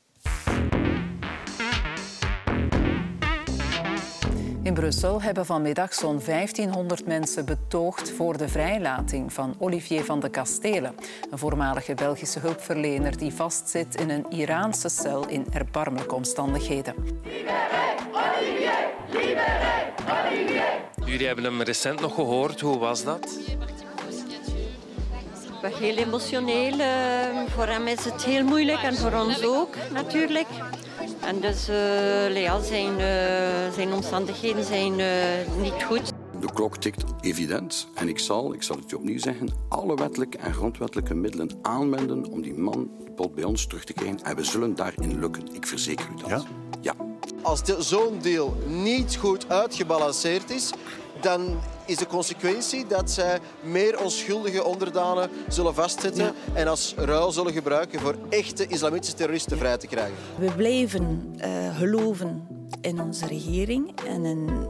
In Brussel hebben vanmiddag zo'n 1500 mensen betoogd voor de vrijlating van Olivier van de Kastelen, een voormalige Belgische hulpverlener die vastzit in een Iraanse cel in erbarmelijke omstandigheden. Jullie hebben hem recent nog gehoord. Hoe was dat? Heel emotioneel. Voor hem is het heel moeilijk en voor ons ook natuurlijk. En dus zijn omstandigheden zijn niet goed. De klok tikt, evident. En ik zal het je opnieuw zeggen, alle wettelijke en grondwettelijke middelen aanwenden om die man tot bij ons terug te krijgen. En we zullen daarin lukken. Ik verzeker u dat. Ja. Als zo'n deal niet goed uitgebalanceerd is, dan is de consequentie dat zij meer onschuldige onderdanen zullen vastzitten en als ruil zullen gebruiken voor echte islamitische terroristen vrij te krijgen. We blijven geloven in onze regering en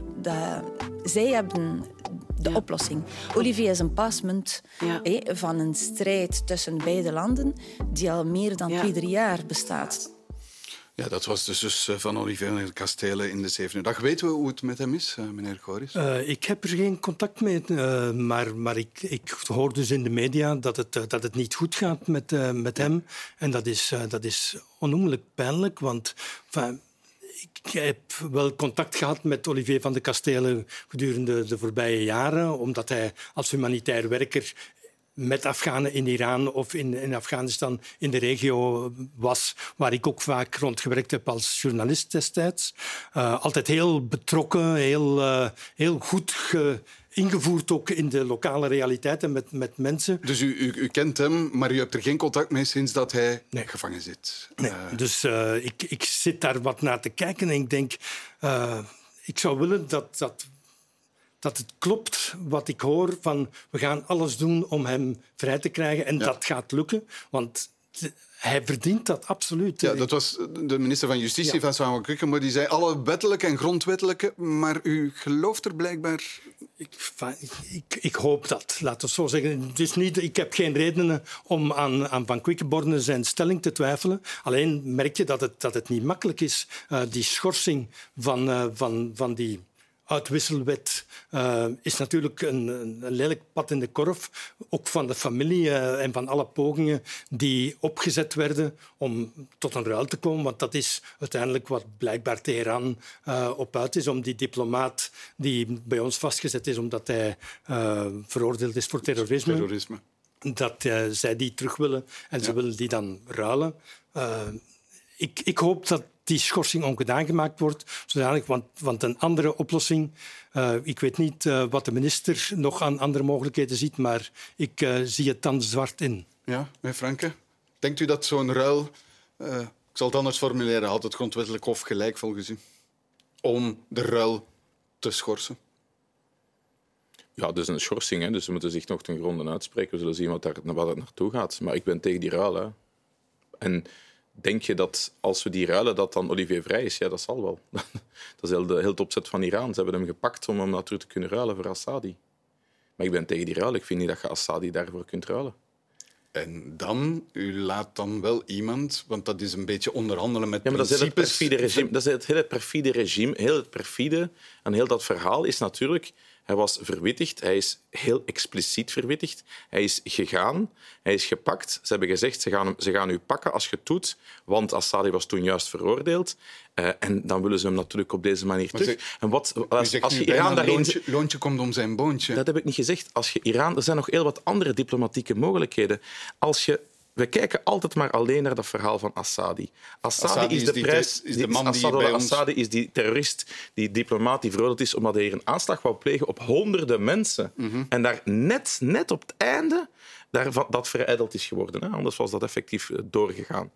zij hebben de oplossing. Olivier is een pasmunt van een strijd tussen beide landen die al meer dan 2-3 jaar bestaat. Ja, dat was de zus van Olivier van de Kastelen in de 7e dag. Weten we hoe het met hem is, meneer Goris? Ik heb er geen contact mee, maar ik hoor dus in de media dat het niet goed gaat met hem. En dat is onnoemelijk pijnlijk, want... Ik heb wel contact gehad met Olivier van de Kastelen gedurende de voorbije jaren, omdat hij als humanitair werker met Afghanen in Iran of in Afghanistan in de regio was, waar ik ook vaak rondgewerkt heb als journalist destijds. Altijd heel betrokken, heel goed ingevoerd ook in de lokale realiteit en met mensen. Dus u kent hem, maar u hebt er geen contact mee sinds dat hij gevangen zit? Nee. Dus ik zit daar wat naar te kijken en ik denk... ik zou willen dat het klopt wat ik hoor van we gaan alles doen om hem vrij te krijgen en dat gaat lukken, want hij verdient dat absoluut. Ja, dat was de minister van Justitie, Vincent Van Quickenborne, die zei alle wettelijke en grondwettelijke, maar u gelooft er blijkbaar... Ik hoop dat, laten we zo zeggen. Dus ik heb geen redenen om aan Van Quickenborne zijn stelling te twijfelen. Alleen merk je dat het niet makkelijk is. Die schorsing van die uitwisselwet is natuurlijk een lelijk pad in de korf. Ook van de familie en van alle pogingen die opgezet werden om tot een ruil te komen. Want dat is uiteindelijk wat blijkbaar Teheran op uit is. Om die diplomaat die bij ons vastgezet is omdat hij veroordeeld is voor terrorisme. Dat zij die terug willen en ze willen die dan ruilen. Ik hoop dat die schorsing ongedaan gemaakt wordt, zodanig, want een andere oplossing... ik weet niet wat de minister nog aan andere mogelijkheden ziet, maar ik zie het dan zwart in. Ja, meneer Franke, denkt u dat zo'n ruil... ik zal het anders formuleren, had het grondwettelijk hof gelijk volgens u om de ruil te schorsen? Ja, dus een schorsing. Hè. Dus ze moeten zich nog ten gronde uitspreken. We zullen zien wat het naartoe gaat. Maar ik ben tegen die ruil. Hè. En denk je dat als we die ruilen, dat dan Olivier vrij is? Ja, dat zal wel. Dat is heel het opzet van Iran. Ze hebben hem gepakt om hem natuurlijk te kunnen ruilen voor Assadi. Maar ik ben tegen die ruil. Ik vind niet dat je Assadi daarvoor kunt ruilen. En dan, u laat dan wel iemand, want dat is een beetje onderhandelen met principes. Dat is het perfide regime. Dat is het hele perfide regime. Heel het perfide en heel dat verhaal is natuurlijk... Hij was verwittigd, hij is heel expliciet verwittigd. Hij is gegaan, hij is gepakt. Ze hebben gezegd, ze gaan u pakken als je het doet, want Assadi was toen juist veroordeeld. En dan willen ze hem natuurlijk op deze manier terug. En wat, als je Iran daarin... Loontje komt om zijn boontje. Dat heb ik niet gezegd. Als je Iran... Er zijn nog heel wat andere diplomatieke mogelijkheden. We kijken altijd maar alleen naar dat verhaal van Assadi. Assadi is de prijs. Assadi is die terrorist, die diplomaat die veroordeeld is omdat hij hier een aanslag wou plegen op honderden mensen. En daar net op het einde dat verijdeld is geworden. Hè? Anders was dat effectief doorgegaan.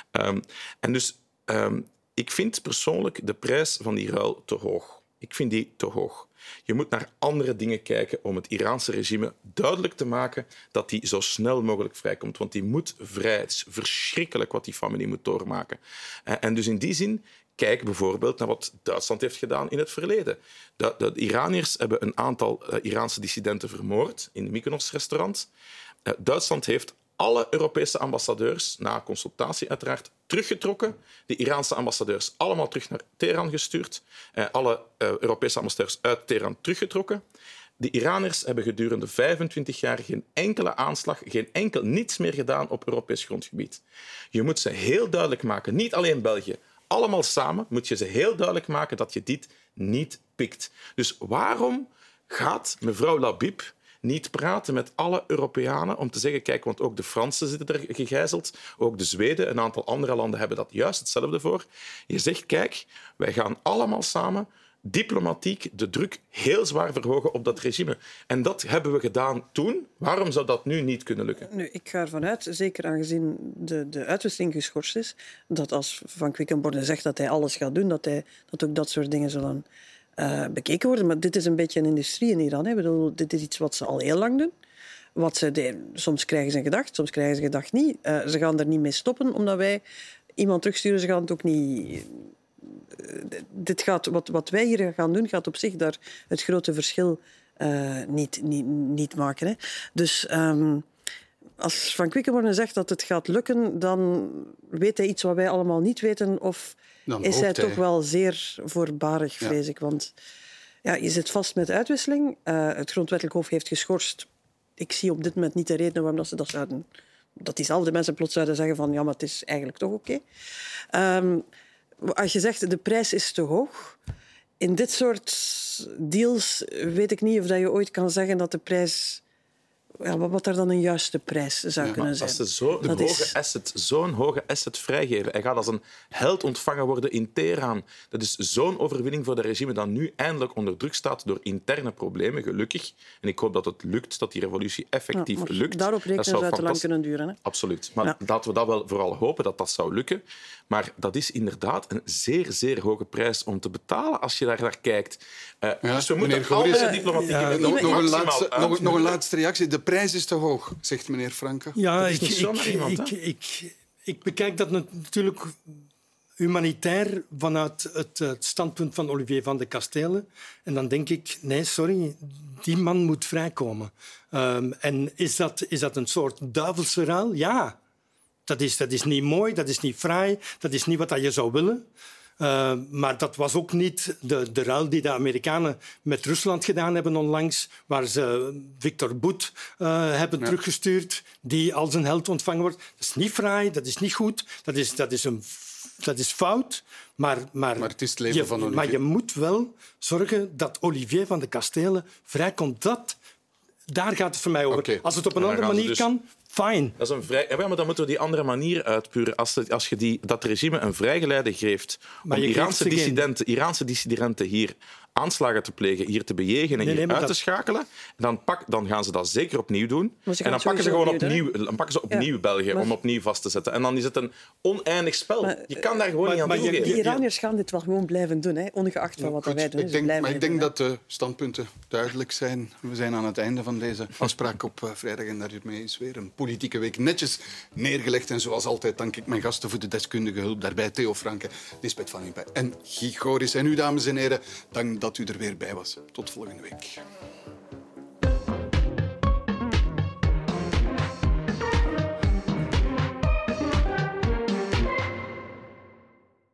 Ik vind persoonlijk de prijs van die ruil te hoog. Ik vind die te hoog. Je moet naar andere dingen kijken om het Iraanse regime duidelijk te maken dat die zo snel mogelijk vrijkomt. Want die moet vrij. Het is verschrikkelijk wat die familie moet doormaken. En dus in die zin, kijk bijvoorbeeld naar wat Duitsland heeft gedaan in het verleden. De Iraniërs hebben een aantal Iraanse dissidenten vermoord in de Mykonos-restaurant. Duitsland heeft alle Europese ambassadeurs, na consultatie uiteraard, teruggetrokken. De Iraanse ambassadeurs allemaal terug naar Teheran gestuurd. Alle Europese ambassadeurs uit Teheran teruggetrokken. De Iraniërs hebben gedurende 25 jaar geen enkele aanslag, niets meer gedaan op Europees grondgebied. Je moet ze heel duidelijk maken, niet alleen België, allemaal samen moet je ze heel duidelijk maken dat je dit niet pikt. Dus waarom gaat mevrouw Labib niet praten met alle Europeanen om te zeggen, kijk, want ook de Fransen zitten er gegijzeld, ook de Zweden, een aantal andere landen hebben dat juist hetzelfde voor. Je zegt, kijk, wij gaan allemaal samen diplomatiek de druk heel zwaar verhogen op dat regime. En dat hebben we gedaan toen. Waarom zou dat nu niet kunnen lukken? Nu, ik ga ervan uit, zeker aangezien de uitwisseling geschorst is, dat als Van Quickenborne zegt dat hij alles gaat doen, dat ook dat soort dingen zullen bekeken worden. Maar dit is een beetje een industrie in Iran. Ik bedoel, dit is iets wat ze al heel lang doen. Soms krijgen ze een gedacht, soms krijgen ze een gedacht niet. Ze gaan er niet mee stoppen, omdat wij iemand terugsturen. Ze gaan het ook niet... Wat wij hier gaan doen, gaat op zich daar het grote verschil niet maken. Hè. Dus als Van Quickenborne zegt dat het gaat lukken, dan weet hij iets wat wij allemaal niet weten, of dan is hij toch wel zeer voorbarig, vrees ik. Want je zit vast met de uitwisseling. Het grondwettelijk hof heeft geschorst. Ik zie op dit moment niet de reden waarom ze dat zouden... Dat diezelfde mensen plots zouden zeggen van ja, maar het is eigenlijk toch oké. Als je zegt de prijs is te hoog, in dit soort deals weet ik niet of je ooit kan zeggen dat de prijs... Ja, wat er dan een juiste prijs zou kunnen zijn. Als ze zo'n hoge asset vrijgeven, hij gaat als een held ontvangen worden in Teheran. Dat is zo'n overwinning voor het regime dat nu eindelijk onder druk staat door interne problemen, gelukkig. En ik hoop dat het lukt, dat die revolutie effectief lukt. Daarop rekenen zou te lang kunnen duren. Hè? Absoluut. Maar laten we dat wel vooral hopen, dat dat zou lukken. Maar dat is inderdaad een zeer, zeer hoge prijs om te betalen als je daar naar kijkt. Dus we moeten al deze diplomatieke... Nog een laatste reactie. De prijs is te hoog, zegt meneer Franke. Ja, ik bekijk dat natuurlijk humanitair vanuit het standpunt van Olivier van de Castelle. En dan denk ik, nee, sorry, die man moet vrijkomen. En is dat een soort duivelse ruil? Ja. Dat is niet mooi, dat is niet fraai, dat is niet wat je zou willen. Maar dat was ook niet de ruil die de Amerikanen met Rusland gedaan hebben onlangs, waar ze Victor Bout hebben teruggestuurd, die als een held ontvangen wordt. Dat is niet fraai, dat is niet goed, dat is fout. Maar het is het leven van Olivier. Maar je moet wel zorgen dat Olivier van de Castelle vrijkomt. Daar gaat het voor mij over. Okay. Als het op een andere manier kan, fijn. Dat is maar dan moeten we die andere manier uitpuren. Als je dat regime een vrijgeleide geeft om Iraanse dissidenten hier aanslagen te plegen, hier te bejegen en hier uit te schakelen, dan gaan ze dat zeker opnieuw doen. En dan pakken ze gewoon opnieuw België om opnieuw vast te zetten. En dan is het een oneindig spel. Je kan daar gewoon niet aan toegeven. De Iraniërs gaan dit wel gewoon blijven doen, hè? Ongeacht van wat wij doen. Ik denk dat de standpunten duidelijk zijn. We zijn aan het einde van deze afspraak op vrijdag en daarmee is weer een politieke week netjes neergelegd. En zoals altijd dank ik mijn gasten voor de deskundige hulp. Daarbij Theo Franke, Lisbeth van Impe en Guy Goris. En u, dames en heren, dank dat u er weer bij was. Tot volgende week.